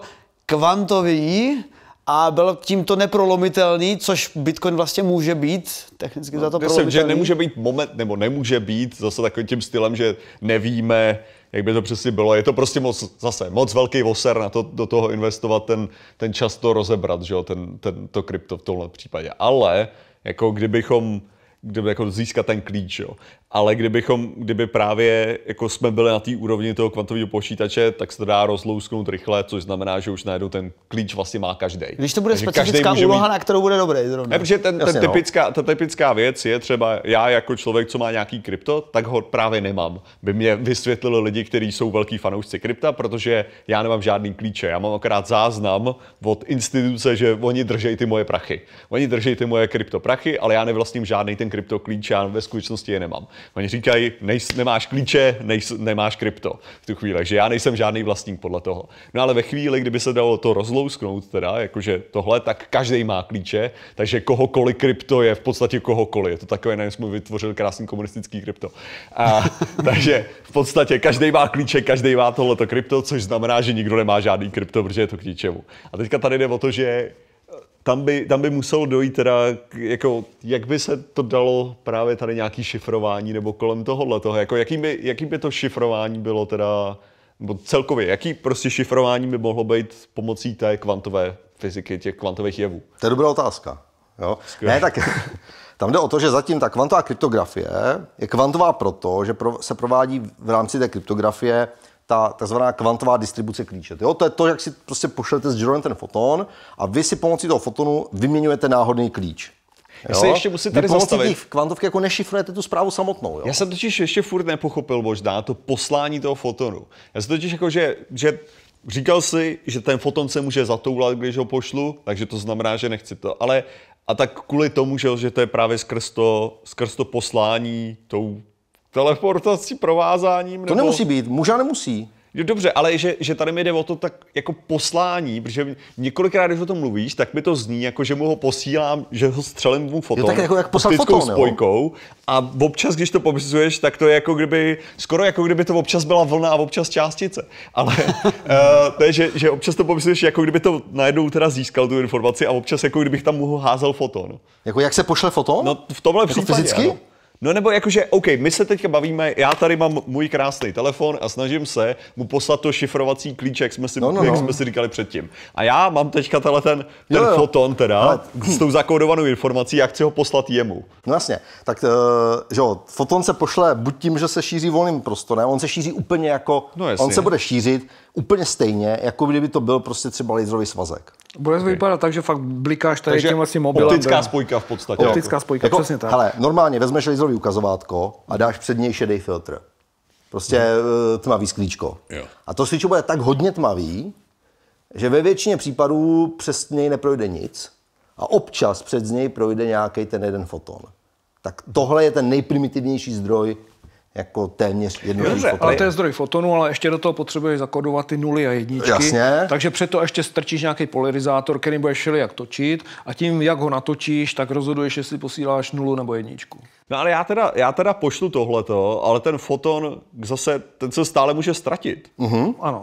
S2: kvantový a byl tímto neprolomitelný, což Bitcoin vlastně může být, technicky za to prolomitelný.
S1: Myslím, že nemůže být moment, nebo nemůže být zase takovým tím stylem, že nevíme, jak by to přesně bylo. Je to prostě moc velký voser na to, do toho investovat, ten čas to rozebrat, že jo, to krypto v tomhle případě. Ale jako kdyby jako získat ten klíč, jo. Ale kdyby právě jako jsme byli na té úrovni toho kvantového počítače, tak se to dá rozlousknout rychle, což znamená, že už najednou ten klíč vlastně má každý.
S2: Když to bude specifická úloha, na kterou bude dobrý zrovna.
S1: Ne, protože ta typická věc je třeba, já jako člověk, co má nějaký krypto, tak ho právě nemám. By mě vysvětlili lidi, kteří jsou velký fanoušci krypta, protože já nemám žádný klíče. Já mám akorát záznam od instituce, že oni držejí ty moje prachy. Oni držejí ty moje kryptoprachy, ale já nevlastním žádný ten krypto klíč, já ve skutečnosti je nemám. Oni říkají, nemáš klíče, nemáš krypto v tu chvíli, takže já nejsem žádný vlastník podle toho. No ale ve chvíli, kdyby se dalo to rozlousknout teda, jakože tohle, tak každý má klíče, takže kohokoliv krypto je v podstatě kohokoliv. Je to takové, nevím, jsme vytvořili krásný komunistický krypto. Takže v podstatě každý má klíče, každý má tohleto krypto, což znamená, že nikdo nemá žádný krypto, protože je to k ničemu. A teďka tady jde o to, že tam by muselo dojít teda, jako, jak by se to dalo právě tady nějaký šifrování nebo kolem tohohletoho, jako jaký by to šifrování bylo teda, nebo celkově, jaký prostě šifrování by mohlo být pomocí té kvantové fyziky, těch kvantových jevů? To
S3: je dobrá otázka. Jo? Ne, tak tam jde o to, že zatím ta kvantová kryptografie je kvantová proto, že se provádí v rámci té kryptografie ta takzvaná kvantová distribuce klíče. Jo? To je to, jak si prostě pošlete s Jeronem ten foton a vy si pomocí toho fotonu vyměňujete náhodný klíč.
S1: Já se ještě musím tady zastavit.
S3: Vy pomocí kvantovky jako nešifrujete tu zprávu samotnou. Jo?
S1: Já jsem totiž ještě furt nepochopil možná to poslání toho fotonu. Já jsem totiž jako, že říkal si, že ten foton se může zatoulat, když ho pošlu, takže to znamená, že nechci to. Ale a tak kvůli tomu, že to je právě skrz to poslání tou teleportací, provázáním?
S3: To nemusí být, může a nemusí.
S1: Dobře, ale že tady mi jde o to tak jako poslání, protože několikrát, když o tom mluvíš, tak mi to zní, jako že mu ho posílám, že ho střelím mu foton.
S3: Tak jako jak poslat foton,
S1: spojkou. A občas, když to popisuješ, tak to je jako kdyby, skoro jako kdyby to občas byla vlna a občas částice. Ale to je, že občas to popisuješ, jako kdyby to najednou teda získal tu informaci a občas jako kdybych tam mohl házel foton.
S3: Jako jak se pošle foton?
S1: No v tomhle
S3: jako
S1: případě,
S3: fyzicky?
S1: Ano. No nebo jakože, OK, my se teďka bavíme, já tady mám můj krásný telefon a snažím se mu poslat to šifrovací klíč, jak jsme si říkali předtím. A já mám teďka ten foton teda s tou zakódovanou informací, jak chci ho poslat jemu.
S3: No jasně, tak že jo, foton se pošle buď tím, že se šíří volným prostorem, on se šíří úplně jako, on se bude šířit úplně stejně, jako kdyby to byl prostě třeba laserový svazek.
S4: Bude to vypadat tak, že fakt blikáš tady tím vlastně mobilem.
S1: Optická spojka v podstatě.
S4: Optická spojka, jako, přesně tak.
S3: Hele, normálně vezmeš laserový ukazovátko a dáš před něj šedý filtr. Prostě tmavý sklíčko.
S1: Jo.
S3: A to sklíčko bude tak hodně tmavý, že ve většině případů přes něj neprojde nic a občas před něj projde nějaký ten jeden foton. Tak tohle je ten nejprimitivnější zdroj jako téměř jednoduchý foton.
S4: Ale to je zdroj fotonu, ale ještě do toho potřebuješ zakodovat ty nuly a jedničky.
S3: Jasně.
S4: Takže přeto ještě strčíš nějaký polarizátor, který budeš všelijak točit a tím, jak ho natočíš, tak rozhoduješ, jestli posíláš nulu nebo jedničku.
S1: No ale já teda pošlu tohleto, ale ten foton zase, ten se stále může ztratit.
S4: Ano.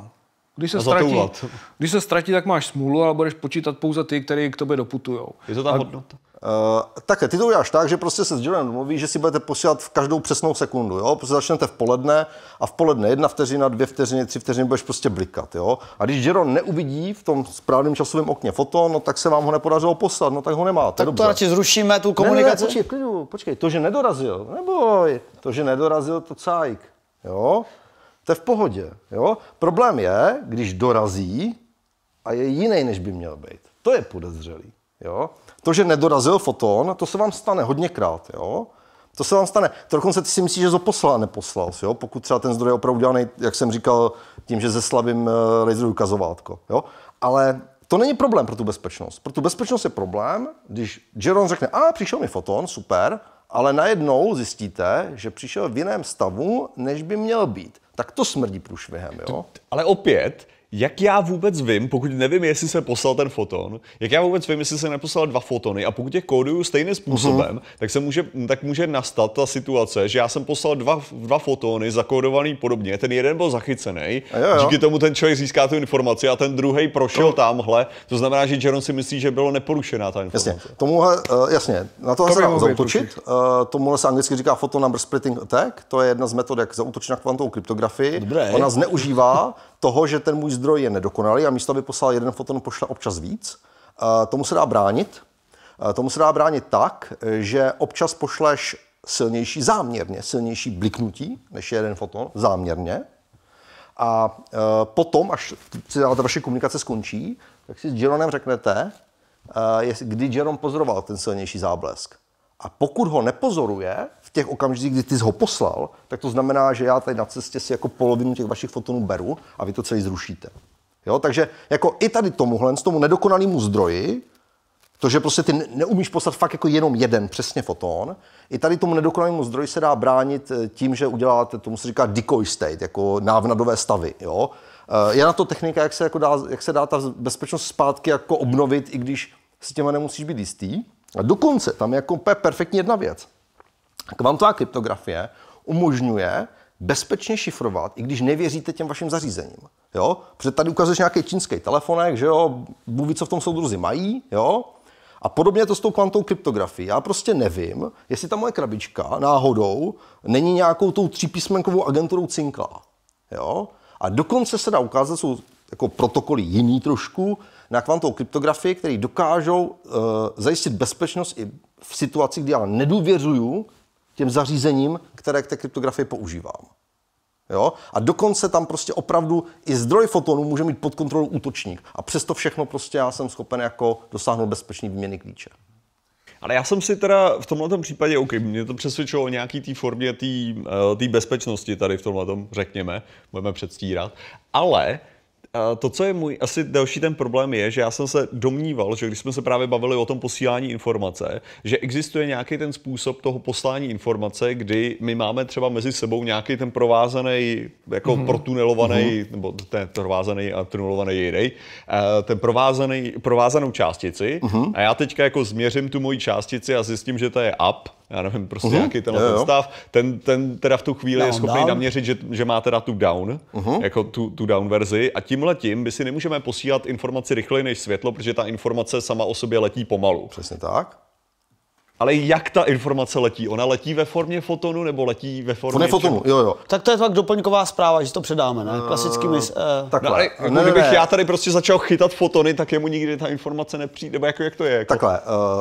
S4: Když se ztratí, tak máš smůlu, ale budeš počítat pouze ty, který k tobě doputujou.
S1: Je to ta hodnota?
S3: Také ty to uděláš tak, že prostě se s Jironem domluví, že si budete posílat v každou přesnou sekundu, jo? Prostě začnete v poledne a v poledne 1 vteřina, 2 vteřiny, 3 vteřiny budeš prostě blikat, jo? A když Jiron neuvidí v tom správném časovém okně foton, no tak se vám ho nepodařilo poslat, no tak ho nemáte.
S2: Tak to radši zrušíme tu komunikaci?
S3: Ne, počkej, to, že nedorazil, neboj, to, že nedorazil, to cajk, jo? To je v pohodě, jo? Problém je, když dorazí a je jiný, než by měl být. To je podezřelý, jo? To, že nedorazil foton, to se vám stane hodněkrát, jo? To se vám stane. To dokonce ty si myslíš, že to poslal a neposlal, jo? Pokud třeba ten zdroj je opravdu dělaný, jak jsem říkal, tím, že zeslabím laserový ukazovátko, jo? Ale to není problém pro tu bezpečnost. Pro tu bezpečnost je problém, když Jiron řekne, přišel mi foton, super, ale najednou zjistíte, že přišel v jiném stavu, než by měl být. Tak to smrdí průšvihem, jo?
S1: Ale opět, jak já vůbec vím, pokud nevím, jestli se poslal ten foton, jak já vůbec vím, jestli se neposlal 2 fotony a pokud je kóduju stejným způsobem, tak může nastat ta situace, že já jsem poslal dva fotony zakódovaný podobně, ten jeden byl zachycený, díky tomu ten člověk získá tu informaci a ten druhý prošel tamhle, to znamená, že Jiron si myslí, že bylo neporušená ta informace.
S3: Jasně, na to se dá zaútočit. Tomuhle se anglicky říká photon number splitting attack, to je jedna z metod, jak zaútočit na kvantovou kryptografii.
S2: Dobré.
S3: Ona zneužívá toho, že ten můj zdroj je nedokonalý a místo, aby poslal jeden foton, pošle občas víc. Tomu se dá bránit. Tomu se dá bránit tak, že občas pošleš záměrně silnější bliknutí, než je jeden foton, záměrně. A potom, až ta vaše komunikace skončí, tak si s Jironem řeknete, kdy Jiron pozoroval ten silnější záblesk. A pokud ho nepozoruje v těch okamžicích, kdy ty jsi ho poslal, tak to znamená, že já tady na cestě si jako polovinu těch vašich fotonů beru a vy to celý zrušíte. Jo? Takže jako i tady tomu nedokonalému zdroji, to, že prostě ty neumíš poslat fakt jako jenom jeden přesně foton, i tady tomu nedokonalému zdroji se dá bránit tím, že uděláte, tomu se říká decoy state, jako návnadové stavy. Jo? Je na to technika, jak se dá ta bezpečnost zpátky jako obnovit, i když si těma nemusíš být jistý. A dokonce tam je jako perfektní jedna věc. Kvantová kryptografie umožňuje bezpečně šifrovat, i když nevěříte těm vašim zařízením. Jo? Protože tady ukazuješ nějaký čínský telefonek, že jo, Bůh ví, co v tom soudruzi mají, jo? A podobně to s tou kvantovou kryptografií. Já prostě nevím, jestli ta moje krabička náhodou není nějakou tou 3písmenkovou agenturou cinklá. Jo? A dokonce se dá ukázat, jsou jako protokoly jiný trošku, na kvantovou kryptografii, které dokážou zajistit bezpečnost i v situaci, kdy já nedůvěřuju těm zařízením, které k té kryptografii používám. Jo? A dokonce tam prostě opravdu i zdroj fotonů může mít pod kontrolou útočník. A přesto všechno prostě já jsem schopen jako dosáhnout bezpečný výměny klíče.
S1: Ale já jsem si teda v tomhletom případě, mě to přesvědčilo o nějaký té formě té bezpečnosti tady v tomhletom, řekněme, budeme předstírat, ale to, co je můj asi další ten problém je, že já jsem se domníval, že když jsme se právě bavili o tom posílání informace, že existuje nějaký ten způsob toho poslání informace, kdy my máme třeba mezi sebou nějaký ten provázaný, jako protunelovaný, nebo ten provázaný a tunelovaný jiný, ten provázanou částici a já teďka jako změřím tu moji částici a zjistím, že to je up, já nevím, prostě nějaký tenhle stav, ten teda v tu chvíli je schopný naměřit, že má teda tu down, jako tu down verzi a tímhletím by si nemůžeme posílat informaci rychleji než světlo, protože ta informace sama o sobě letí pomalu.
S3: Přesně tak.
S1: Ale jak ta informace letí? Ona letí ve formě fotonu nebo letí ve formě
S3: fotonu? Jo.
S2: Tak to je tak doplňková zpráva, že to předáme, ne? Klasický
S3: takhle.
S1: Kdybych já tady prostě začal chytat fotony, tak jemu nikdy ta informace nepřijde, nebo jak to je? Jako...
S3: Takhle.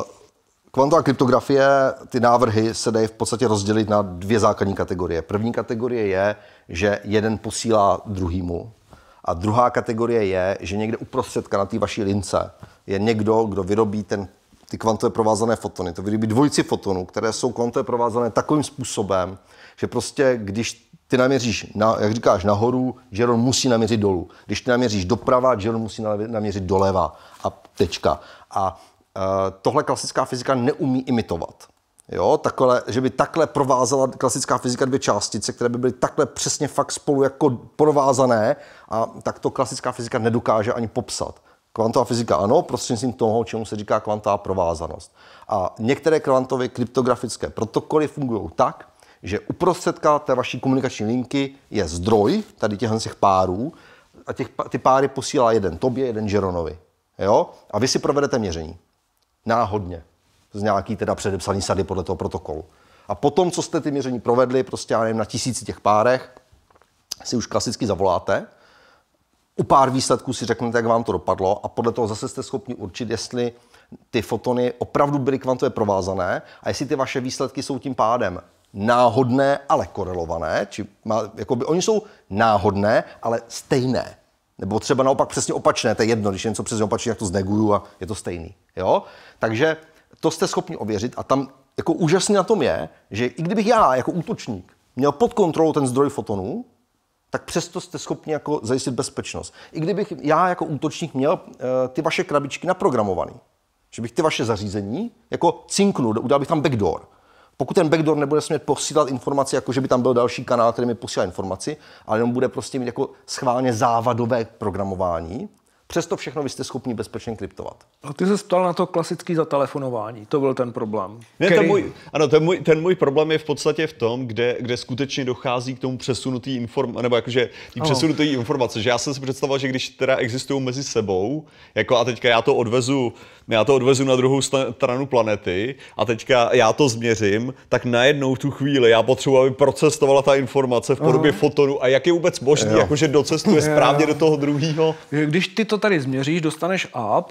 S3: Kvantová kryptografie, ty návrhy se dají v podstatě rozdělit na 2 základní kategorie. První kategorie je, že jeden posílá druhýmu. A druhá kategorie je, že někde uprostředka na té vaší lince je někdo, kdo vyrobí ty kvantově provázané fotony. To vyrobí dvojici fotonů, které jsou kvantově provázané takovým způsobem, že prostě když ty naměříš, jak říkáš, nahoru, Jiron musí naměřit dolů. Když ty naměříš doprava, Jiron musí naměřit doleva a tečka. A tohle klasická fyzika neumí imitovat. Jo, takhle, že by takhle provázala klasická fyzika 2 částice, které by byly takhle přesně fakt spolu jako provázané, a tak to klasická fyzika nedokáže ani popsat. Kvantová fyzika ano, prostřednictvím toho, čemu se říká kvantová provázanost. A některé kvantové kryptografické protokoly fungují tak, že uprostředka té vaší komunikační linky je zdroj tady těch párů, a ty páry posílá jeden tobě, jeden Jeronovi. Jo? A vy si provedete měření. Náhodně. Z nějaký teda předepsaný sady podle toho protokolu. A potom, co jste ty měření provedli, prostě já nevím, na 1000 těch párech, si už klasicky zavoláte. U pár výsledků si řeknete, jak vám to dopadlo a podle toho zase jste schopni určit, jestli ty fotony opravdu byly kvantově provázané a jestli ty vaše výsledky jsou tím pádem náhodné, ale korelované, jakoby oni jsou náhodné, ale stejné. Nebo třeba naopak přesně opačné, to je jedno, když je něco přesně opačné, jak to zneguju a je to stejný. Jo? Takže to jste schopni ověřit a tam jako úžasný na tom je, že i kdybych já jako útočník měl pod kontrolou ten zdroj fotonů, tak přesto jste schopni jako zajistit bezpečnost. I kdybych já jako útočník měl ty vaše krabičky naprogramovaný, že bych ty vaše zařízení jako cinknul, udělal bych tam backdoor. Pokud ten backdoor nebude smět posílat informaci, jako že by tam byl další kanál, který mi posílá informaci, ale jenom bude prostě mít jako schválně závadové programování, přesto všechno vy jste schopni bezpečně kryptovat.
S4: A ty se ptal na to klasické zatelefonování, to byl ten problém.
S1: Ten můj problém je v podstatě v tom, kde skutečně dochází k tomu přesunutý informace, že já jsem si představoval, že když teda existují mezi sebou, jako a teďka já to odvezu na druhou stranu planety a teďka já to změřím, tak najednou v tu chvíli já potřebuji, aby procestovala ta informace v podobě fotonu a jak je vůbec možný, jakože docestuje správně do toho druhého.
S4: Když ty to tady změříš, dostaneš up,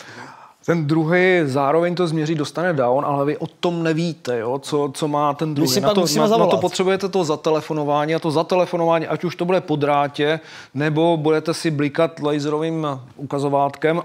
S4: ten druhý zároveň to změří, dostane down, ale vy o tom nevíte, jo, co má ten druhý. Na to potřebujete to zatelefonování a to zatelefonování, ať už to bude po drátě, nebo budete si blikat laserovým ukazovátkem,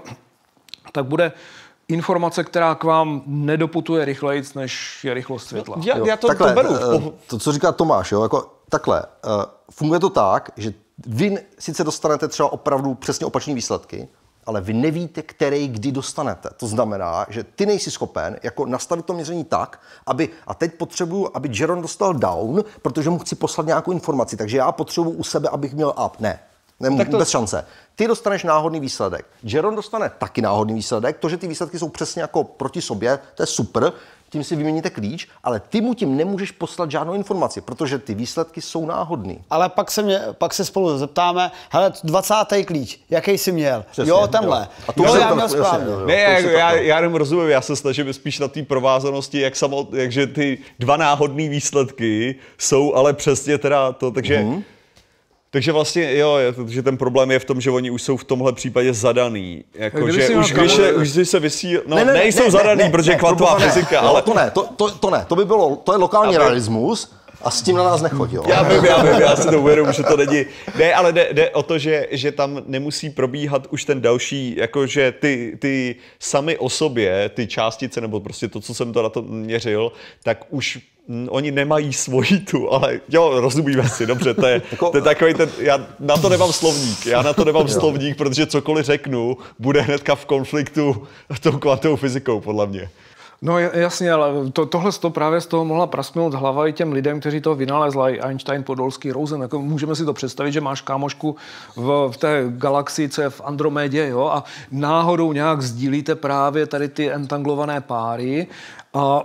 S4: tak bude informace, která k vám nedoputuje rychleji, než je rychlost světla.
S1: Já to beru.
S3: To, co říká Tomáš, jo, jako takhle. Funguje to tak, že vy sice dostanete třeba opravdu přesně opačné výsledky, ale vy nevíte, který kdy dostanete. To znamená, že ty nejsi schopen jako nastavit to měření tak, a teď potřebuju, aby Jeron dostal down, protože mu chci poslat nějakou informaci, takže já potřebuju u sebe, abych měl up. Ne, bez šance. Ty dostaneš náhodný výsledek. Jeron dostane taky náhodný výsledek. To, že ty výsledky jsou přesně jako proti sobě, to je super, tím si vyměníte klíč, ale ty mu tím nemůžeš poslat žádnou informaci, protože ty výsledky jsou náhodný.
S2: Ale pak se spolu zeptáme, hele, 20. klíč, jaký jsi měl?
S3: Přesně,
S2: jo, tenhle.
S3: Jo.
S2: Já měl správně.
S1: Já jenom rozumím, já se snažím spíš na té provázanosti, jakže ty dva náhodné výsledky jsou ale přesně teda to, takže... Takže vlastně, že ten problém je v tom, že oni už jsou v tomhle případě zadaný. Jako, že už když se vysílá... nejsou zadaný, protože kvantová fyzika, ale...
S3: To ne, to je lokální realismus a s tím na nás nechodí.
S1: Já vím, já si to uvědomuji, že to není... Ne, ale jde o to, že tam nemusí probíhat už ten další, jakože ty sami o sobě, ty částice, nebo prostě to, co jsem to na to měřil, tak už oni nemají svoji tu, ale rozumíme si, dobře, to je takový ten, já na to nemám slovník, protože cokoliv řeknu, bude hnedka v konfliktu s tou kvantovou fyzikou, podle mě.
S4: No jasně, ale tohle právě z toho mohla prasknout hlava i těm lidem, kteří to vynalezli, Einstein, Podolský, Rosen. Jako můžeme si to představit, že máš kámošku v té galaxii, co je v Andromedě, jo, a náhodou nějak sdílíte právě tady ty entanglované páry a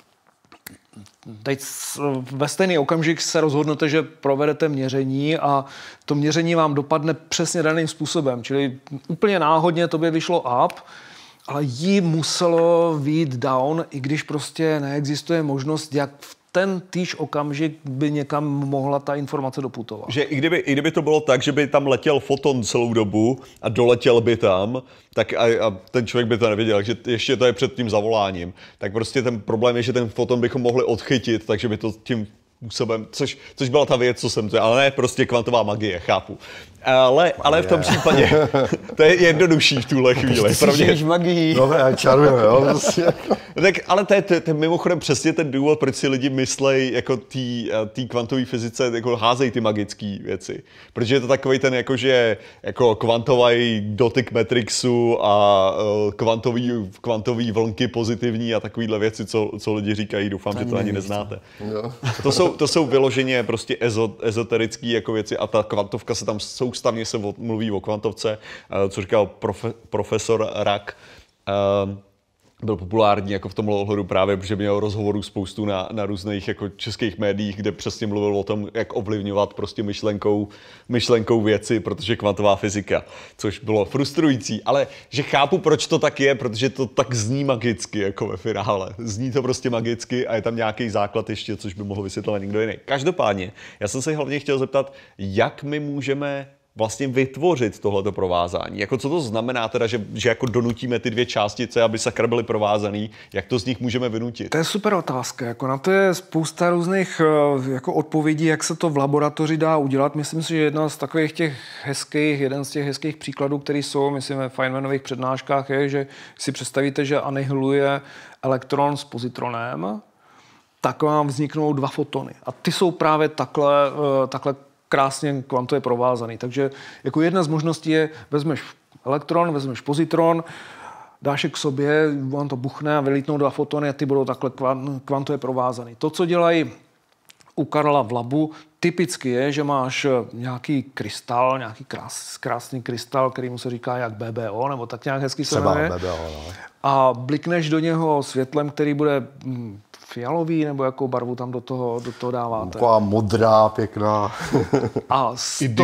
S4: teď ve stejný okamžik se rozhodnete, že provedete měření a to měření vám dopadne přesně daným způsobem. Čili úplně náhodně tobě vyšlo up, ale jí muselo vyjít down, i když prostě neexistuje možnost, jak v ten týž okamžik by někam mohla ta informace doputovat.
S1: Že i kdyby to bylo tak, že by tam letěl foton celou dobu a doletěl by tam, tak a ten člověk by to nevěděl, že ještě to je před tím zavoláním, tak prostě ten problém je, že ten foton bychom mohli odchytit, takže by to tím způsobem, což byla ta věc, co jsem to, ale ne prostě kvantová magie, chápu. Ale v tom případě to je jednodušší v tuhle chvíli.
S2: Ty magii.
S3: No, já čarujeme, jo.
S1: Tak, ale to je mimochodem přesně ten důvod, proč si lidi myslej, jako tý kvantové fyzice, jako házejí ty magické věci. Protože je to takový ten, jakože jako kvantový dotyk Matrixu a kvantový vlnky pozitivní a takovýhle věci, co lidi říkají. Doufám, že to ani neznáte. To jsou vyloženě prostě ezoterické jako věci a ta kvantovka se tam soustavně se mluví o kvantovce, co říkal profesor Rak. byl populární jako v tomhle ohledu právě, protože měl rozhovorů spoustu na různých jako českých médiích, kde přesně mluvil o tom, jak ovlivňovat prostě myšlenkou věci, protože kvantová fyzika, což bylo frustrující, ale že chápu, proč to tak je, protože to tak zní magicky jako ve finále. Zní to prostě magicky a je tam nějaký základ ještě, což by mohl vysvětlovat někdo jiný. Každopádně, já jsem se hlavně chtěl zeptat, jak my můžeme vlastně vytvořit tohleto provázání. Jako co to znamená teda, že jako donutíme ty dvě částice, aby sakra byly provázaný, jak to z nich můžeme vynutit?
S4: To je super otázka. Jako na to je spousta různých jako odpovědí, jak se to v laboratoři dá udělat. Myslím si, že jeden z těch hezkých příkladů, který jsou, myslím, ve Feynmanových přednáškách, je, že si představíte, že anihiluje elektron s pozitronem, tak vám vzniknou dva fotony. A ty jsou právě takhle krásně kvantově provázaný. Takže jako jedna z možností je, vezmeš elektron, vezmeš pozitron, dáš je k sobě, on to buchne a vylítnou dva fotony a ty budou takhle kvantově provázaný. To, co dělají u Karla v labu, typicky je, že máš nějaký krystal, nějaký krásný krystal, kterýmu se říká jak BBO, nebo tak nějak hezky se jmenuje.
S3: BBO, no.
S4: A blikneš do něho světlem, který bude fialový, nebo jakou barvu tam do toho dáváte?
S3: Taková modrá, pěkná.
S1: A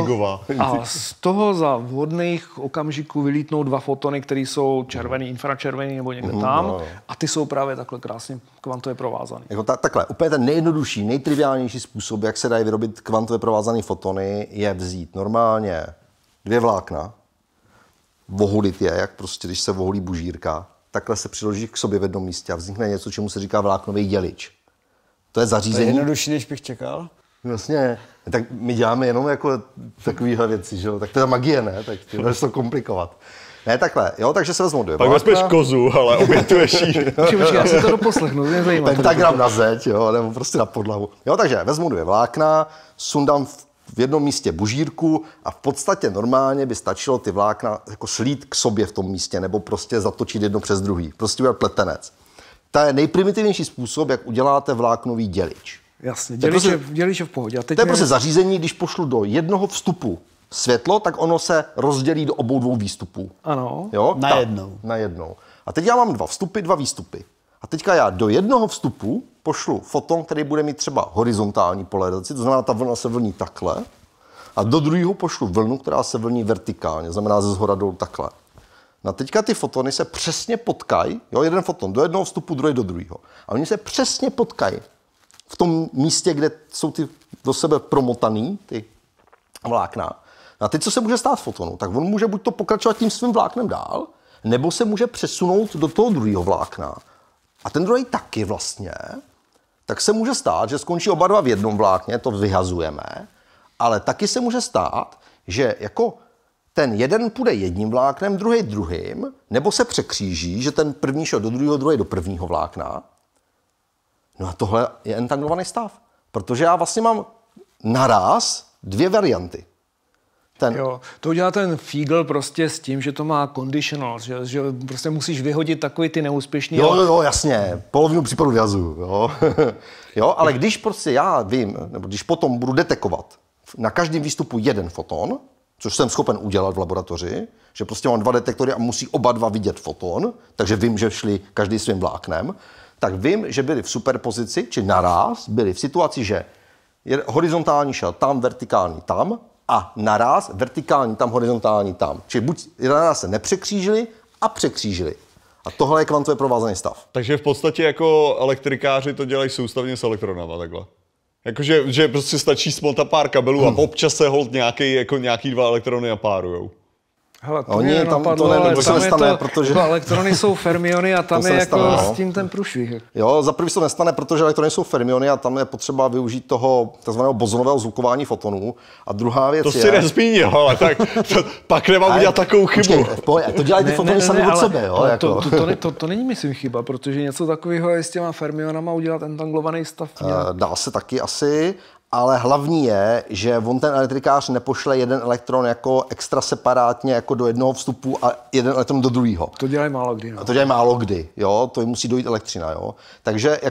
S4: z toho za vhodných okamžiků vylítnou dva fotony, které jsou červený, infračervený nebo někde tam. A ty jsou právě takhle krásně kvantově provázaný.
S3: Jako takhle, úplně ten nejjednodušší, nejtriviálnější způsob, jak se dají vyrobit kvantově provázané fotony, je vzít normálně dvě vlákna, vohulit je, jak prostě, když se vohulí bužírka, takhle se přiloží k sobě v jednom místě a vznikne něco, čemu se říká vláknový dělič. To je zařízení.
S2: To je jednodušší, než bych čekal.
S3: Vlastně, tak my děláme jenom jako takovýhle věci, že jo? Tak to je magie, ne? Tak ty budeš to komplikovat. Ne, takhle, jo, takže se vezmou dvě
S1: pak
S3: vlákna.
S1: vezmeš kozu, ale obětuješ jí.
S4: Počkej, já si to doposlechnu, mě zajímá.
S3: Pentagram na zeď, jo, nebo prostě na podlahu. Jo, takže vezmu dvě vlákna, sundám v jednom místě bužírku a v podstatě normálně by stačilo ty vlákna jako slít k sobě v tom místě nebo prostě zatočit jedno přes druhý. Prostě udělat pletenec. To je nejprimitivnější způsob, jak uděláte vláknový dělič.
S4: Jasně, dělič je v pohodě.
S3: To je prostě zařízení, když pošlu do jednoho vstupu světlo, tak ono se rozdělí do obou dvou výstupů.
S4: Ano.
S3: Jo?
S2: Najednou.
S3: A teď já mám dva vstupy, dva výstupy. A teďka já do jednoho vstupu pošlu foton, který bude mít třeba horizontální polarizaci, to znamená, ta vlna se vlní takhle. A do druhého pošlu vlnu, která se vlní vertikálně, znamená ze zhora dolů takhle. No a teďka ty fotony se přesně potkají, jo, jeden foton do jednoho vstupu, druhý do druhého. A oni se přesně potkají v tom místě, kde jsou ty do sebe promotaný, ty vlákna. A teď, co se může stát fotonu, tak on může buď to pokračovat tím svým vláknem dál, nebo se může přesunout do toho druhého vlákna. A ten druhý taky vlastně, tak se může stát, že skončí oba dva v jednom vlákně, to vyhazujeme, ale taky se může stát, že jako ten jeden půjde jedním vláknem, druhý druhým, nebo se překříží, že ten první šel do druhého, druhý do prvního vlákna. No a tohle je entaglovaný stav, protože já vlastně mám naraz dvě varianty.
S4: Jo, to udělá ten Fiegel prostě s tím, že to má conditional, že prostě musíš vyhodit takový ty neúspěšný.
S3: Jo, jasně, polovinu případů vyhazuju, jo. Jo, ale když prostě já vím, nebo když potom budu detekovat na každém výstupu jeden foton, což jsem schopen udělat v laboratoři, že prostě mám dva detektory a musí oba dva vidět foton, takže vím, že šli každý svým vláknem, tak vím, že byli v superpozici, či naraz byli v situaci, že horizontální šel tam, vertikální tam, a naraz vertikální tam, horizontální tam. Čili buď naraz se nepřekřížili a překřížili. A tohle je kvantově provázaný stav.
S1: Takže v podstatě jako elektrikáři to dělají soustavně s elektronama takhle. Jakože že prostě stačí smotat pár kabelů a občas se holt nějaký dva elektrony napárujou.
S4: Hele, to mě napadlo, ale tam nestane, protože elektrony jsou fermiony a tam je jako s tím ten průšvih.
S3: Jo, za prvý to nestane, protože elektrony jsou fermiony a tam je potřeba využít toho takzvaného bozonového zvukování fotonů. A druhá věc
S1: to je... To si nezmínil, ale tak pak nemám udělat takovou chybu.
S3: To dělají ty fotony sami od sebe, jo.
S4: Ale jako. to není, myslím, chyba, protože něco takového je s těma fermionama udělat entaglovaný stav.
S3: Dá se taky asi. Ale hlavní je, že on ten elektrikář nepošle jeden elektron jako extra separátně jako do jednoho vstupu a jeden elektron do druhého.
S4: To dělají málo kdy. No.
S3: To dělají málo kdy, jo, to musí dojít elektřina, jo. Takže jako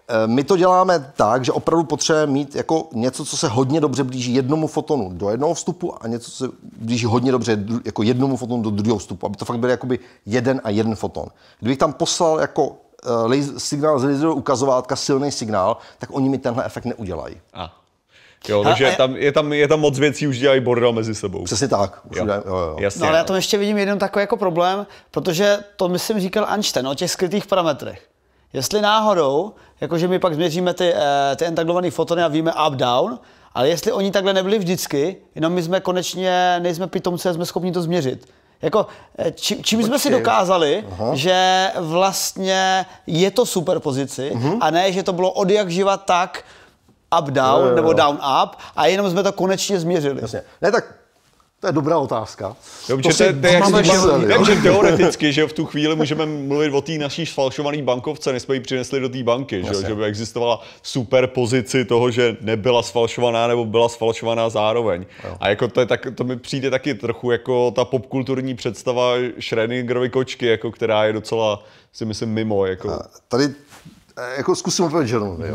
S3: my to děláme tak, že opravdu potřebujeme mít jako něco, co se hodně dobře blíží jednomu fotonu do jednoho vstupu a něco, co se blíží hodně dobře jako jednomu fotonu do druhého vstupu, aby to fakt byl jakoby jeden a jeden foton. Kdybych tam poslal jako signál z laserového ukazovátka, silný signál, tak oni mi tenhle efekt neudělají.
S1: Jo, takže je tam moc věcí, už dělají bordel mezi sebou.
S3: Přesně tak.
S1: Jo. Jasně,
S2: no ale já tam ještě vidím jeden takový jako problém, protože to myslím říkal Einstein o těch skrytých parametrech. Jestli náhodou, jakože my pak změříme ty entaglované fotony a víme up, down, ale jestli oni takhle nebyli vždycky, jenom my jsme konečně, nejsme pitomci a jsme schopni to změřit. Jako, čím jsme si dokázali, že vlastně je to superpozici a ne, že to bylo od jak živa tak up, down nebo down, up a jenom jsme to konečně změřili.
S3: Jasně. Ne, tak to je dobrá otázka.
S1: Takže teoreticky, že v tu chvíli můžeme mluvit o té naší sfalšované bankovce, než jsme ji přinesli do té banky, že by existovala superpozici toho, že nebyla sfalšovaná nebo byla sfalšovaná zároveň. Jo. A jako to mi přijde taky trochu jako ta popkulturní představa Schrödingerovy kočky, jako která je docela, si myslím, mimo. Jako.
S3: Tady jako zkusím odpovědět Johnovi.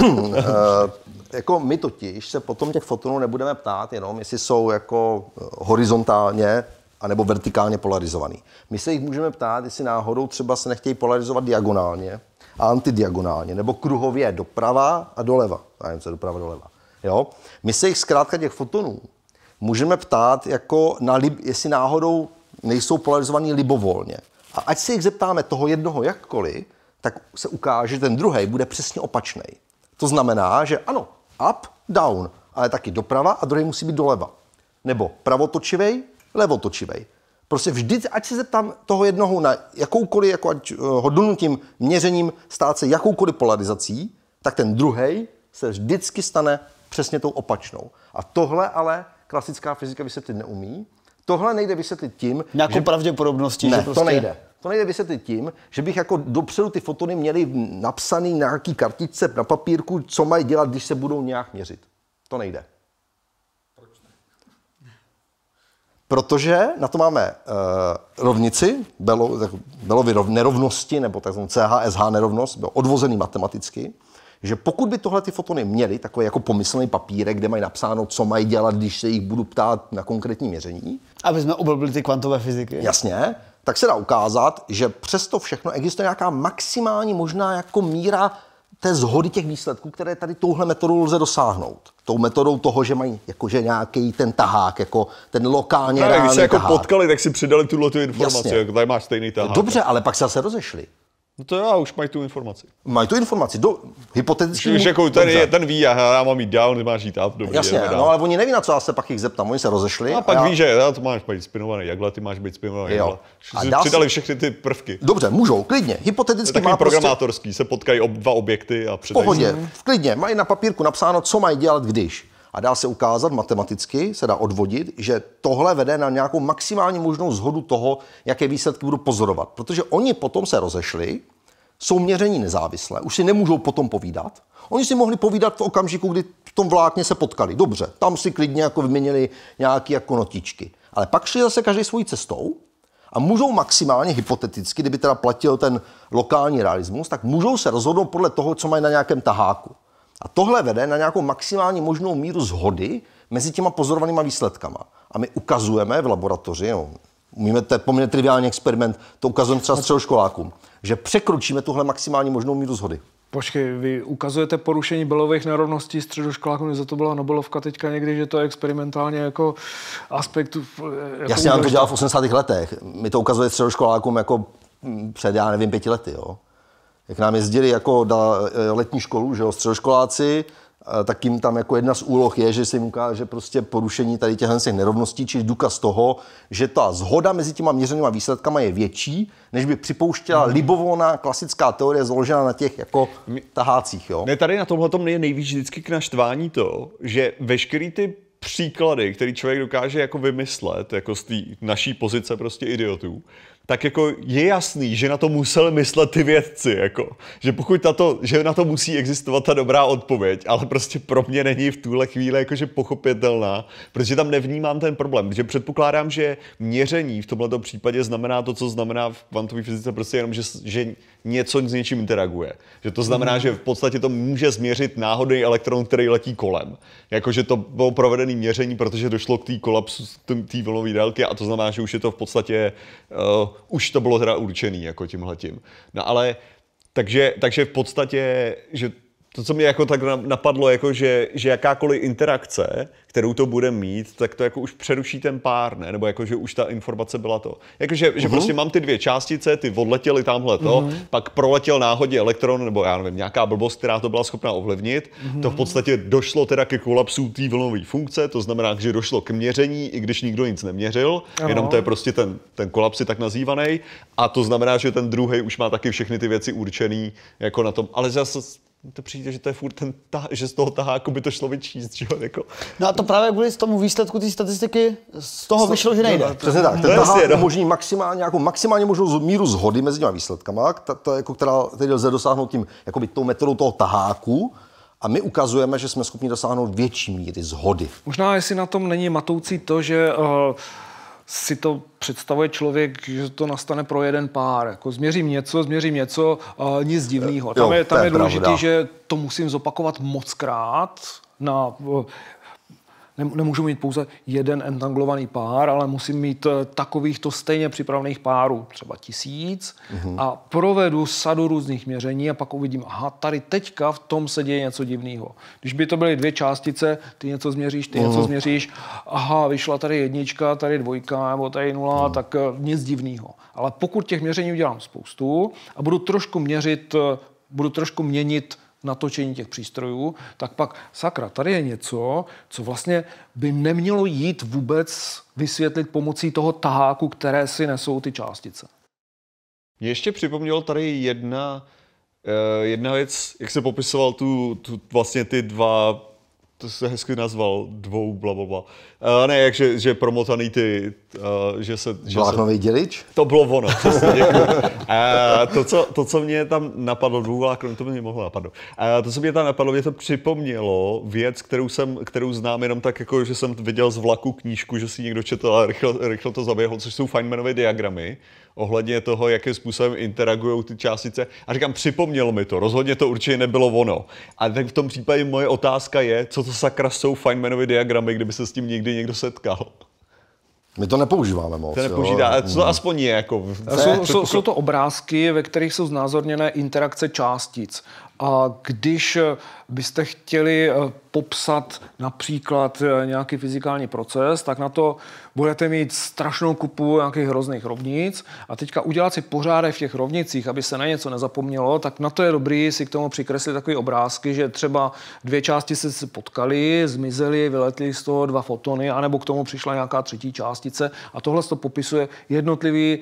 S3: Jako my totiž se potom těch fotonů nebudeme ptát jenom, jestli jsou jako horizontálně anebo vertikálně polarizovaný. My se jich můžeme ptát, jestli náhodou třeba se nechtějí polarizovat diagonálně a antidiagonálně, nebo kruhově doprava a doleva. Nevím, co je doprava doleva. Jo? My se jich zkrátka těch fotonů můžeme ptát, jako jestli náhodou nejsou polarizovaný libovolně. A ať se jich zeptáme toho jednoho jakkoliv, tak se ukáže, že ten druhý bude přesně opačný. To znamená, že ano, up, down, ale taky doprava a druhý musí být doleva. Nebo pravotočivej, levotočivej. Prostě vždy, ať se zeptám toho jednoho na jakoukoliv, jako ať ho donutím měřením stát se jakoukoliv polarizací, tak ten druhý se vždycky stane přesně tou opačnou. A tohle ale klasická fyzika vysvětlit neumí. Tohle nejde vysvětlit tím,
S2: nějakou pravděpodobností,
S3: ne,
S2: že prostě...
S3: to nejde. To nejde vysvětlit tím, že bych jako dopředu ty fotony měli napsaný na nějaký kartičce na papírku, co mají dělat, když se budou nějak měřit. To nejde.
S5: Proč ne?
S3: Protože na to máme rovnici, Bellovy nerovnosti, nebo takzvanou CHSH nerovnost, byl odvozený matematicky, že pokud by tohle ty fotony měly, takový jako pomyslný papírek, kde mají napsáno, co mají dělat, když se jich budu ptát na konkrétní měření.
S2: Aby jsme oblbili ty kvantové fyziky.
S3: Jasně. Tak se dá ukázat, že přesto všechno existuje nějaká maximální možná jako míra té shody těch výsledků, které tady touhle metodou lze dosáhnout. Tou metodou toho, že mají jakože nějaký ten tahák, jako ten lokálně reálný tahák.
S1: Když se jako potkali, tak si přidali tuto informaci, jako tady máš stejný tahák.
S3: Dobře, ale pak se zase rozešli.
S1: No to jo, už mají tu informaci.
S3: Mají tu informaci, hypoteticky.
S1: Už jako ten ví, já mám jít down, ty máš jít up, dobrý.
S3: Jasně, no ale oni neví, na co já se pak jich zeptám, oni se rozešli.
S1: A pak ví, že to máš být spinovaný jakhle, ty máš být spinovaný jakhle. Přidali všechny ty prvky.
S3: Dobře, můžou, klidně, hypoteticky má prostě...
S1: programátorský, se potkají dva objekty a přidají.
S3: Pohodě, klidně, mají na papírku napsáno, co mají dělat když. A dá se ukázat matematicky, se dá odvodit, že tohle vede na nějakou maximální možnou shodu toho, jaké výsledky budou pozorovat. Protože oni potom se rozešli, jsou měření nezávislé, už si nemůžou potom povídat. Oni si mohli povídat v okamžiku, kdy v tom vlákně se potkali. Dobře, tam si klidně jako vyměnili nějaké jako notičky. Ale pak šli zase každý svojí cestou a můžou maximálně hypoteticky, kdyby teda platil ten lokální realismus, tak můžou se rozhodnout podle toho, co mají na nějakém taháku. A tohle vede na nějakou maximální možnou míru shody mezi těma pozorovanýma výsledkama. A my ukazujeme v laboratoři, umíme, to je poměrně triviální experiment, to ukazujeme třeba středoškolákům, že překročíme tuhle maximální možnou míru shody.
S4: Počkej, vy ukazujete porušení Bellových nerovností středoškolákům, za to byla Nobelovka teďka někdy, že to je experimentálně jako aspekt... Jako
S3: jasně, já to dělal v 80. letech. My to ukazuje středoškolákům jako před, já nevím, 5 lety, jo. Jak nám jezdili jako na letní školu, že jo, středoškoláci, tak jim tam jako jedna z úloh je, že se jim ukáže prostě porušení tady těchto nerovností, čiž důkaz toho, že ta shoda mezi těma měřenýma výsledkama je větší, než by připouštěla libovolná klasická teorie založená na těch jako tahácích. Jo?
S1: Ne, tady na tomhletom je nejvíc vždycky k naštvání to, že veškerý ty příklady, který člověk dokáže jako vymyslet, jako z té naší pozice prostě idiotů, tak jako je jasný, že na to museli myslet ty vědci, jako. Že pokud že na to musí existovat ta dobrá odpověď, ale prostě pro mě není v tuhle chvíli jakože pochopitelná, protože tam nevnímám ten problém, protože předpokládám, že měření v tomto případě znamená to, co znamená v kvantové fyzice, prostě jenom, že něco s něčím interaguje. Že to znamená, že v podstatě to může změřit náhodný elektron, který letí kolem. Jakože to bylo provedené měření, protože došlo k té kolapsu té vlnové délky a to znamená, že už je to v podstatě už to bylo teda určený jako tímhletím. No ale takže v podstatě, že to, co mě jako tak napadlo, jako že jakákoliv interakce, kterou to bude mít, tak to jako už přeruší ten pár, ne? Nebo jako, že už ta informace byla to. Jakože že prostě mám ty dvě částice, ty odletěly tamhle to, pak proletěl náhodě elektron, nebo já nevím, nějaká blbost, která to byla schopná ovlivnit. To v podstatě došlo teda ke kolapsu té vlnové funkce, to znamená, že došlo k měření, i když nikdo nic neměřil, jenom to je prostě ten kolaps je tak nazývaný. A to znamená, že ten druhý už má taky všechny ty věci určený jako na tom. Ale zase to přijde, že to je furt že z toho taháku by to šlo vyčíst, že jo, jako.
S2: No a to právě kvůli tomu výsledku té statistiky z toho vyšlo, že nejde.
S3: Přesně tak. Ten tahák umožní maximálně možnou míru shody mezi těma výsledkama, který lze dosáhnout tím, jakoby tou metodou toho taháku. A my ukazujeme, že jsme schopni dosáhnout větší míry shody.
S4: Možná, jestli na tom není matoucí to, že si to představuje člověk, že to nastane pro jeden pár. Jako změřím něco, nic divného. Tam je důležité, že to musím zopakovat mockrát. Nemůžu mít pouze jeden entanglovaný pár, ale musím mít takovýchto stejně připravených párů, třeba 1000, a provedu sadu různých měření a pak uvidím, aha, tady teďka v tom se děje něco divného. Když by to byly dvě částice, ty něco změříš, aha, vyšla tady jednička, tady dvojka, nebo tady 0, tak nic divného. Ale pokud těch měření udělám spoustu a budu trošku měnit natočení těch přístrojů, tak pak sakra, tady je něco, co vlastně by nemělo jít vůbec vysvětlit pomocí toho taháku, které si nesou ty částice.
S1: Mě ještě připomnělo tady jedna věc, jak se popisoval vlastně ty dva, to se hezky nazval, dvou blablabla. Ne, jakže že promotaný ty, že se...
S3: Vláknový dělič?
S1: To bylo ono, přesně, děkuji. To, co mě tam napadlo, dvouvláknový, to by mě mohlo napadnout. To, co mě tam napadlo, mě to připomnělo věc, kterou znám jenom tak, jako, že jsem viděl z vlaku knížku, že si někdo četl a rychle to zaběhlo, což jsou Feynmanovy diagramy, ohledně toho, jakým způsobem interagují ty částice. A říkám, připomnělo mi to, rozhodně to určitě nebylo ono. A tak v tom případě moje otázka je, co to sakra jsou Feynmanovy diagramy, kdyby se s tím někdy někdo setkal.
S3: My to nepoužíváme moc.
S1: To nepoužívá, ale co to aspoň je? Jako,
S4: jsou to obrázky, ve kterých jsou znázorněné interakce částic. A když byste chtěli popsat například nějaký fyzikální proces, tak na to budete mít strašnou kupu nějakých hrozných rovnic a teďka udělat si pořádek v těch rovnicích, aby se na něco nezapomnělo, tak na to je dobrý si k tomu přikreslit takové obrázky, že třeba dvě části se potkaly, zmizely, vyletly z toho 2 fotony, anebo k tomu přišla nějaká třetí částice a tohle to popisuje jednotlivé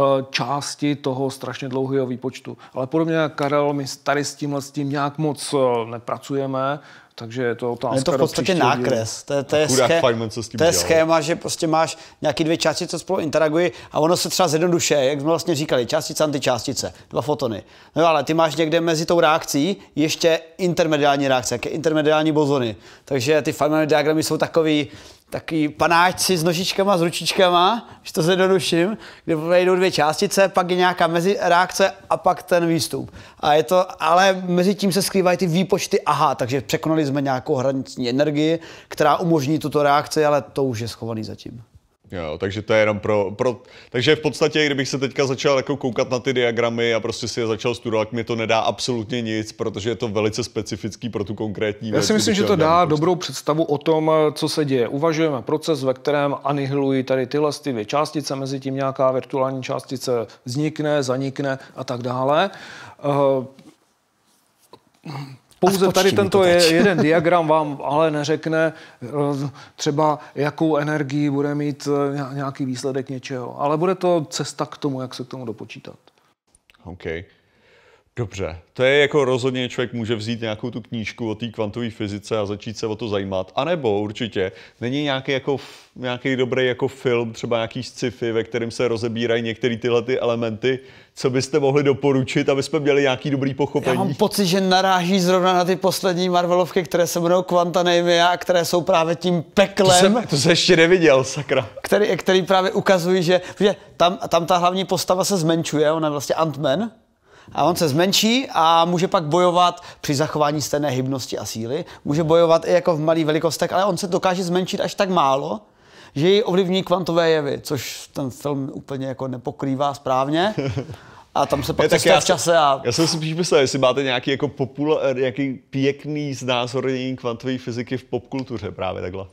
S4: části toho strašně dlouhého výpočtu. Ale podobně jak Karel, my tady s tím nějak moc nepracujeme, takže je to otázka.
S2: Je to v podstatě nákres. To je schéma, že prostě máš nějaký dvě částice, co spolu interagují a ono se třeba zjednodušuje, jak jsme vlastně říkali, částice, antičástice, 2 fotony. No ale ty máš někde mezi tou reakcí ještě intermediální reakce, jaké intermediální bozony. Takže ty Feynmanovy diagramy jsou takový panáčci s nožičkama, s ručičkama, když to zjednoduším, kde vejdou dvě částice, pak je nějaká mezireakce a pak ten výstup. A je to, ale mezi tím se skrývají ty výpočty aha, takže překonali jsme nějakou hraniční energii, která umožní tuto reakci, ale to už je schovaný zatím.
S1: Jo, takže to je jenom takže v podstatě, kdybych se teďka začal jako koukat na ty diagramy a prostě si je začal studovat, mi to nedá absolutně nic, protože je to velice specifický pro tu konkrétní věc.
S4: Já si myslím, že to dá dobrou představu o tom, co se děje. Uvažujeme proces, ve kterém anihilují tady tyhle dvě částice, mezi tím nějaká virtuální částice vznikne, zanikne a tak dále. Pouze tady tento jeden diagram vám ale neřekne třeba, jakou energii bude mít nějaký výsledek něčeho. Ale bude to cesta k tomu, jak se k tomu dopočítat.
S1: OK. Dobře. To je jako rozhodně člověk může vzít nějakou tu knížku o té kvantové fyzice a začít se o to zajímat. A nebo určitě není nějaký jako nějaký dobrý jako film, třeba nějaký sci-fi, ve kterém se rozebírají některé tyhle ty elementy, co byste mohli doporučit, aby jsme měli nějaký dobrý pochopení?
S2: Já mám pocit, že naráží zrovna na ty poslední Marvelovky, které se jmenují Quantumania a které jsou právě tím peklem.
S1: To se ještě neviděl, sakra.
S2: Který právě ukazují, že tam ta hlavní postava se zmenšuje, ona je vlastně Ant-Man. A on se zmenší a může pak bojovat při zachování stejné hybnosti a síly. Může bojovat i jako v malých velikostech, ale on se dokáže zmenšit až tak málo, že ji ovlivní kvantové jevy, což ten film úplně jako nepokrývá správně. A tam se pak cestuje v čase a...
S1: Já jsem si spíš myslel, jestli máte nějaký jako nějaký pěkný znázornění kvantové fyziky v popkultuře právě takhle.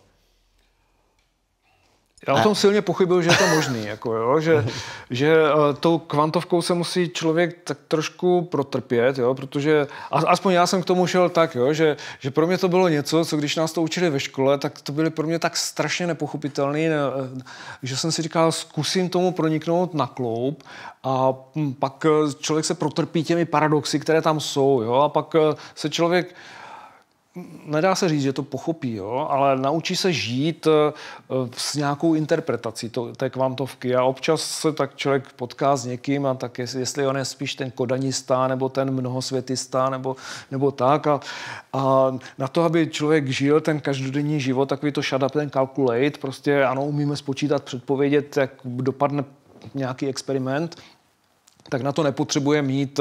S4: Já o tom silně pochybuju, že je to možný, jako jo, že tou kvantovkou se musí člověk tak trošku protrpět, jo, protože aspoň já jsem k tomu šel tak, jo, že pro mě to bylo něco, co když nás to učili ve škole, tak to byly pro mě tak strašně nepochopitelný, že jsem si říkal, zkusím tomu proniknout na kloub a pak člověk se protrpí těmi paradoxy, které tam jsou, jo, a pak se člověk nedá se říct, že to pochopí, jo, ale naučí se žít s nějakou interpretací té kvantovky a občas se tak člověk potká s někým a tak jestli on je spíš ten kodanista nebo ten mnohosvětista nebo tak a na to, aby člověk žil ten každodenní život, takový to shut up and calculate, prostě ano, umíme spočítat, předpovědět, jak dopadne nějaký experiment, tak na to nepotřebuje mít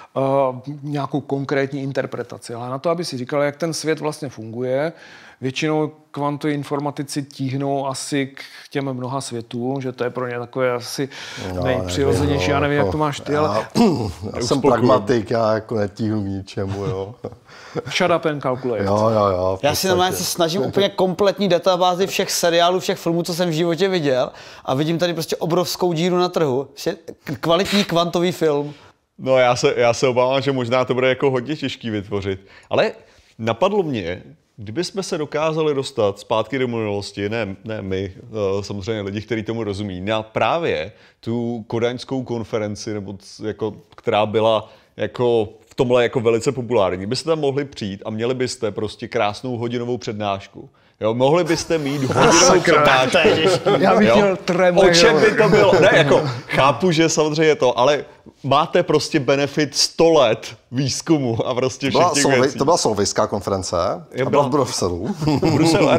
S4: nějakou konkrétní interpretaci. Ale na to, aby si říkal, jak ten svět vlastně funguje, většinou kvantoví informatici tíhnou asi k těm mnoha světům, že to je pro ně takové asi nejpřirozenější. Já nevím, jak to máš ty, ale...
S3: Já jsem pragmatik, já jako netíhnu k ničemu, jo.
S4: Shut up and calculate.
S3: Jo.
S2: Já si normálně se snažím úplně kompletní databázi všech seriálů, všech filmů, co jsem v životě viděl a vidím tady prostě obrovskou díru na trhu. Kvalitní kvantový film.
S1: No já se obávám, že možná to bude jako hodně těžký vytvořit. Ale napadlo mě, kdybychom se dokázali dostat zpátky do minulosti, ne my, samozřejmě lidi, kteří tomu rozumí, na právě tu kodaňskou konferenci, nebo jako, která byla jako v tomhle jako velice populární, byste tam mohli přijít a měli byste prostě krásnou hodinovou přednášku. Jo, mohli byste mít hodinovou přednášku.
S4: Já bych měl tremor.
S1: O čem by to bylo? Ne, jako, chápu, že samozřejmě to, ale máte prostě benefit 100 let výzkumu a prostě všech těch věcí.
S3: To byla Solvejská konference a byla v Bruselu.
S1: V Bruselu,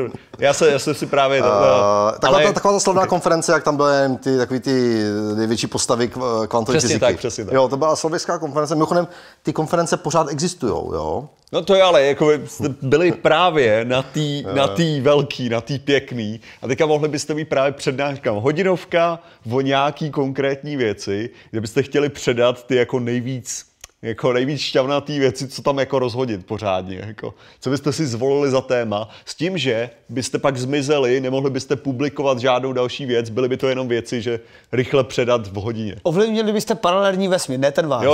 S1: já jsem si právě...
S3: Taková ta slavná konference, jak tam byly takový ty největší postavy kvantové fyziky.
S1: Přesně tak.
S3: Jo, to byla Solvejská konference. Mimochodem, ty konference pořád existujou, jo.
S1: No to je ale, jako byli právě na tý velký, na tý pěkný a teďka mohli byste mít právě přednáška hodinovka o nějaký konkrétní věci, kde byste chtěli předat ty jako nejvíc šťavnatý věci, co tam jako rozhodit pořádně. Jako, co byste si zvolili za téma, s tím, že byste pak zmizeli, nemohli byste publikovat žádnou další věc, byly by to jenom věci, že rychle předat v hodině.
S2: Ovlivnili byste paralelní vesmír, ne ten váš.
S1: Jo,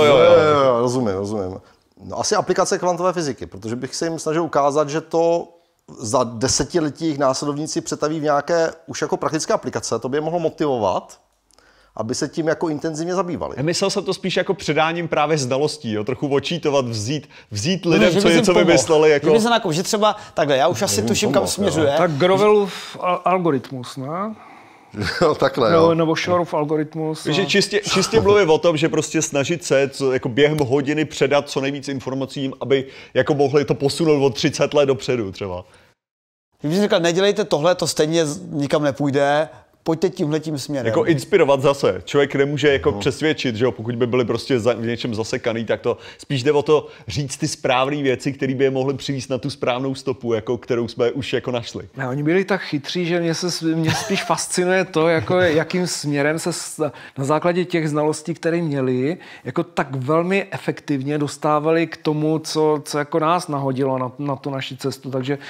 S3: rozumím. No, asi aplikace kvantové fyziky, protože bych se jim snažil ukázat, že to za desetiletí jejich následovníci přetaví v nějaké už jako praktické aplikace, to by je mohlo motivovat, aby se tím jako intenzivně zabývali.
S1: Myslel jsem to spíš jako předáním právě znalostí, jo? Trochu očítovat, vzít lidem, co něco vymysleli. Jako...
S2: Že třeba takhle, já už asi tuším, kam směřuje.
S4: Tak Grovelův algoritmus, ne?
S3: Jo, takhle, jo.
S4: Nebo Shorův algoritmus.
S1: Takže čistě mluvím o tom, že prostě snažit se jako během hodiny předat co nejvíc informacím, aby jako mohli to posunout o 30 let dopředu třeba.
S2: Když jsi říkal, nedělejte tohle, to stejně nikam nepůjde, pojďte tímhletím směrem.
S1: Jako inspirovat zase. Člověk nemůže jako přesvědčit, že jo, pokud by byli prostě v něčem zasekaný, tak to spíš jde o to říct ty správné věci, které by je mohly přivést na tu správnou stopu, jako, kterou jsme už jako našli.
S4: Ne, oni byli tak chytří, že mě spíš fascinuje to, jako jakým směrem se na základě těch znalostí, které měli, jako tak velmi efektivně dostávali k tomu, co jako nás nahodilo na tu naši cestu. Takže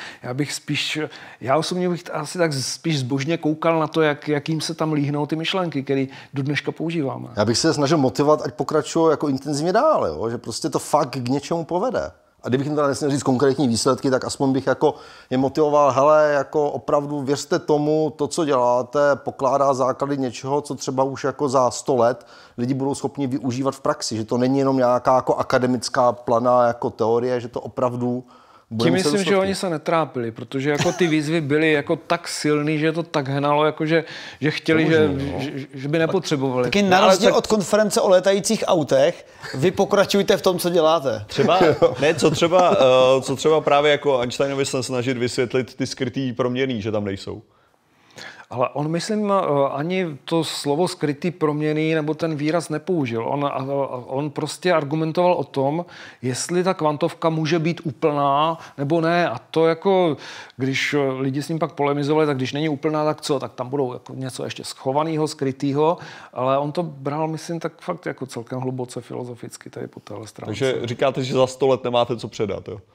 S4: já osobně bych asi tak spíš zbožně koukal na to, jakým se tam líhnou ty myšlenky, které do dneška používáme.
S3: Já bych se snažil motivovat, ať pokračují jako intenzivně dál, jo? Že prostě to fakt k něčemu povede. A kdybych jim teda nesměl říct konkrétní výsledky, tak aspoň bych jako je motivoval, hele, jako opravdu věřte tomu, to, co děláte, pokládá základy něčeho, co třeba už jako za 100 let lidi budou schopni využívat v praxi, že to není jenom nějaká jako akademická planá jako teorie, že to opravdu bude
S4: Tím
S3: muset
S4: myslím, že
S3: důsledky.
S4: oni se netrápili, protože jako ty výzvy byly jako tak silný, že to tak hnalo, jako že chtěli, že by nepotřebovali.
S2: Taky na rozdíl od konference o létajících autech, vy pokračujte v tom, co děláte.
S1: Třeba, ne, co třeba právě jako Einsteinovi se snažit vysvětlit ty skrytý proměnný, že tam nejsou.
S4: Ale on, myslím, ani to slovo skrytý proměnný nebo ten výraz nepoužil. On prostě argumentoval o tom, jestli ta kvantovka může být úplná nebo ne. A to jako, když lidi s ním pak polemizovali, tak když není úplná, tak co? Tak tam budou jako něco ještě schovaného, skrytého. Ale on to bral, myslím, tak fakt jako celkem hluboce filozoficky tady po téhle stránce.
S1: Takže říkáte, že za 100 let nemáte co předat, jo?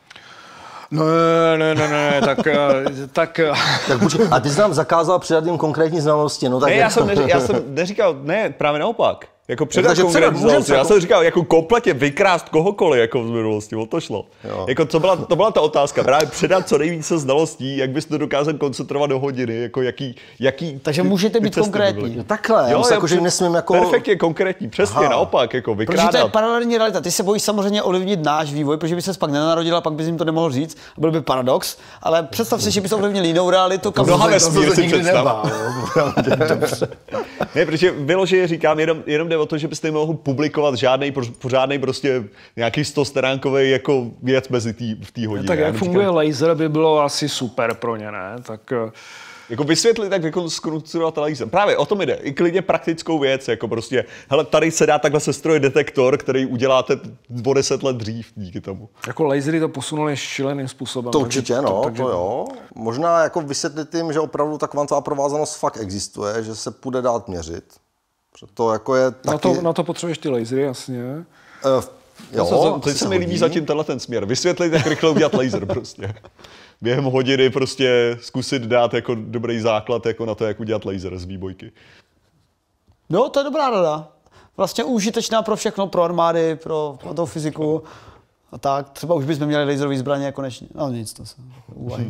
S4: Ne, tak
S3: A ty jsi nám zakázal předat jim konkrétní znalosti. No, tak
S1: Ne, já jsem neříkal, ne, právě naopak. Jako předat
S3: Takže
S1: konkrétní
S3: můžeme
S1: znalosti. Já jsem říkal, jako kompletně vykrást kohokoliv, jako v minulosti, o to šlo.
S3: Jo.
S1: Jako to byla ta otázka, právě předat co nejvíce znalostí, jak byste to dokázal koncentrovat do hodiny, jako jaký
S2: Takže můžete být konkrétní.
S3: No takhle, já myslím, jako, že nesmím jako...
S1: Perfektně konkrétní, přesně, naopak, jako
S2: Protože to je
S1: vykrádat.
S2: paralelní realita. Ty se bojíš samozřejmě ovlivnit náš vývoj, protože by se pak nenarodil a pak bys jim to nemohl říct. Byl by paradox, ale představ si, že bys ovlivnil jinou realitu. Kam
S1: Mnoha
S2: se-
S1: vesmír si
S3: nikdy
S1: představ.
S3: Dobře.
S1: Ne, protože vyloženě říkám, jenom jde o to, že byste nemohl publikovat pořádnej prostě nějaký 100stránkový jako věc v té hodině.
S4: tak
S1: Já
S4: jak
S1: neříkám-
S4: funguje laser, by bylo asi super pro ně, ne? Tak
S1: Jako vysvětlit, tak vykonstruovat laser. Právě o tom jde. I klidně praktickou věc, jako prostě, hele, tady se dá takhle sestrojit detektor, který uděláte o 10 let dřív díky tomu.
S4: jako lasery to posunuli šíleným způsobem.
S3: To
S4: takže
S3: určitě, to jo. Možná jako vysvětlit jim, že opravdu ta kvantová provázanost fakt existuje, že se půjde dát měřit. To jako je taky...
S4: Na to potřebuješ ty lasery, jasně.
S3: Jo,
S1: To se mi líbí zatím ten směr. Vysvětlit, jak rychle udělat laser prostě. Během hodiny prostě zkusit dát jako dobrý základ jako na to, jak udělat laser z výbojky.
S2: No, to je dobrá rada. Vlastně užitečná pro všechno, pro armády, pro tou fyziku. A tak, třeba už bychom měli laserové zbraně konečně. No nic, to se úvahy.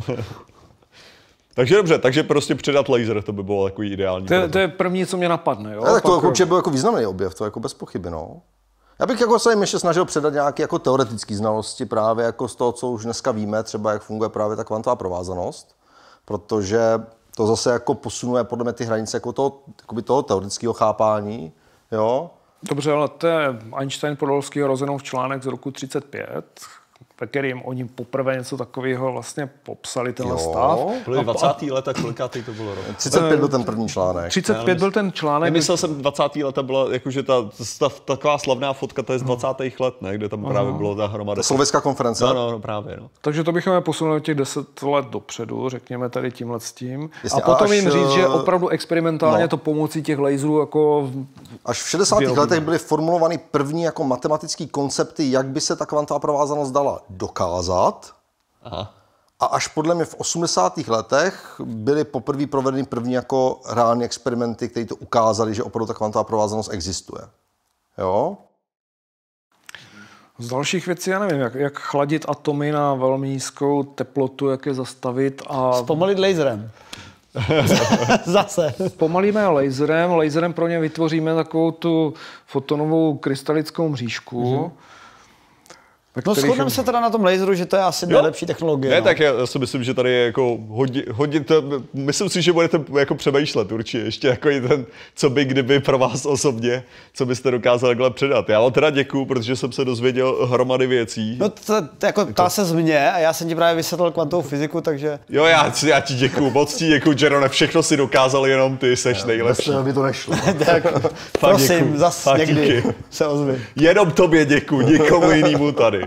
S1: Takže dobře, takže prostě předat laser, to by bylo takový ideální.
S4: To je první, co mě napadne. Jo?
S3: tak to
S4: Pak-
S3: jako určitě byl jako významný objev, to jako bez pochyby, no. Já bych jako se jim ještě snažil předat nějaké jako teoretické znalosti právě jako z toho, co už dneska víme, třeba jak funguje právě ta kvantová provázanost, protože to zase jako posunuje podle mě ty hranice jako toho teoretického chápání, jo.
S4: Dobře, ale to je Einstein Podolskýho Rozenův článek z roku 35, ve kterým oni poprvé něco takového vlastně popsali tenhle stav.
S1: Byly 20. leta, kolikátej to bylo rok?
S3: 35 byl ten první článek.
S4: 35 byl ten článek.
S1: Myslel jsem 20. leta byla jakože taková slavná fotka, to je z 20. let, ne? Kde tam právě bylo ta hromada.
S3: Sovětská konference.
S1: No, právě, no.
S4: Takže to bychom je posunuli těch 10 let dopředu, řekněme tady tímhle s tím.
S3: Jasně,
S4: A potom
S3: až,
S4: jim říct, že opravdu experimentálně
S3: no.
S4: to pomocí těch laserů jako...
S3: Až v 60.
S4: Vyrobíme.
S3: letech byly formulovány první jako matematické koncepty, jak by se ta kvantová provázanost dala dokázat.
S1: Aha.
S3: A až podle mě v 80. letech byly poprvé provedeny první jako reální experimenty, které to ukázaly, že opravdu ta kvantová provázanost existuje. Jo?
S4: Z dalších věcí já nevím, jak chladit atomy na velmi nízkou teplotu, jak je zastavit a...
S2: Zpomalit laserem. Zase.
S4: Pomalíme laserem. Laserem pro ně vytvoříme takovou tu fotonovou krystalickou mřížku.
S2: No shodneme se teda na tom laseru, že to je asi nejlepší technologie.
S1: Ne,
S2: no.
S1: tak já si myslím, že tady je jako hodně myslím si, že budete jako přemýšlet určitě ještě jako i ten, co by kdyby pro vás osobně, co byste dokázali takhle předat. Já vám teda děkuju, protože jsem se dozvěděl hromady věcí.
S2: No to jako ptá se z mě a já jsem ti právě vysvětlil kvantovou fyziku, takže...
S1: Jo, já ti děkuju, moc ti děkuju, Jerone, všechno si dokázal, jenom ty seš nejlepší.
S3: Bez by to nešlo.
S2: Tak, prosím,
S1: děkuju.
S2: zas
S1: Fakt
S2: někdy
S1: díky.
S2: se ozvi.
S1: Jenom tobě děkuju, nikomu jinému tady.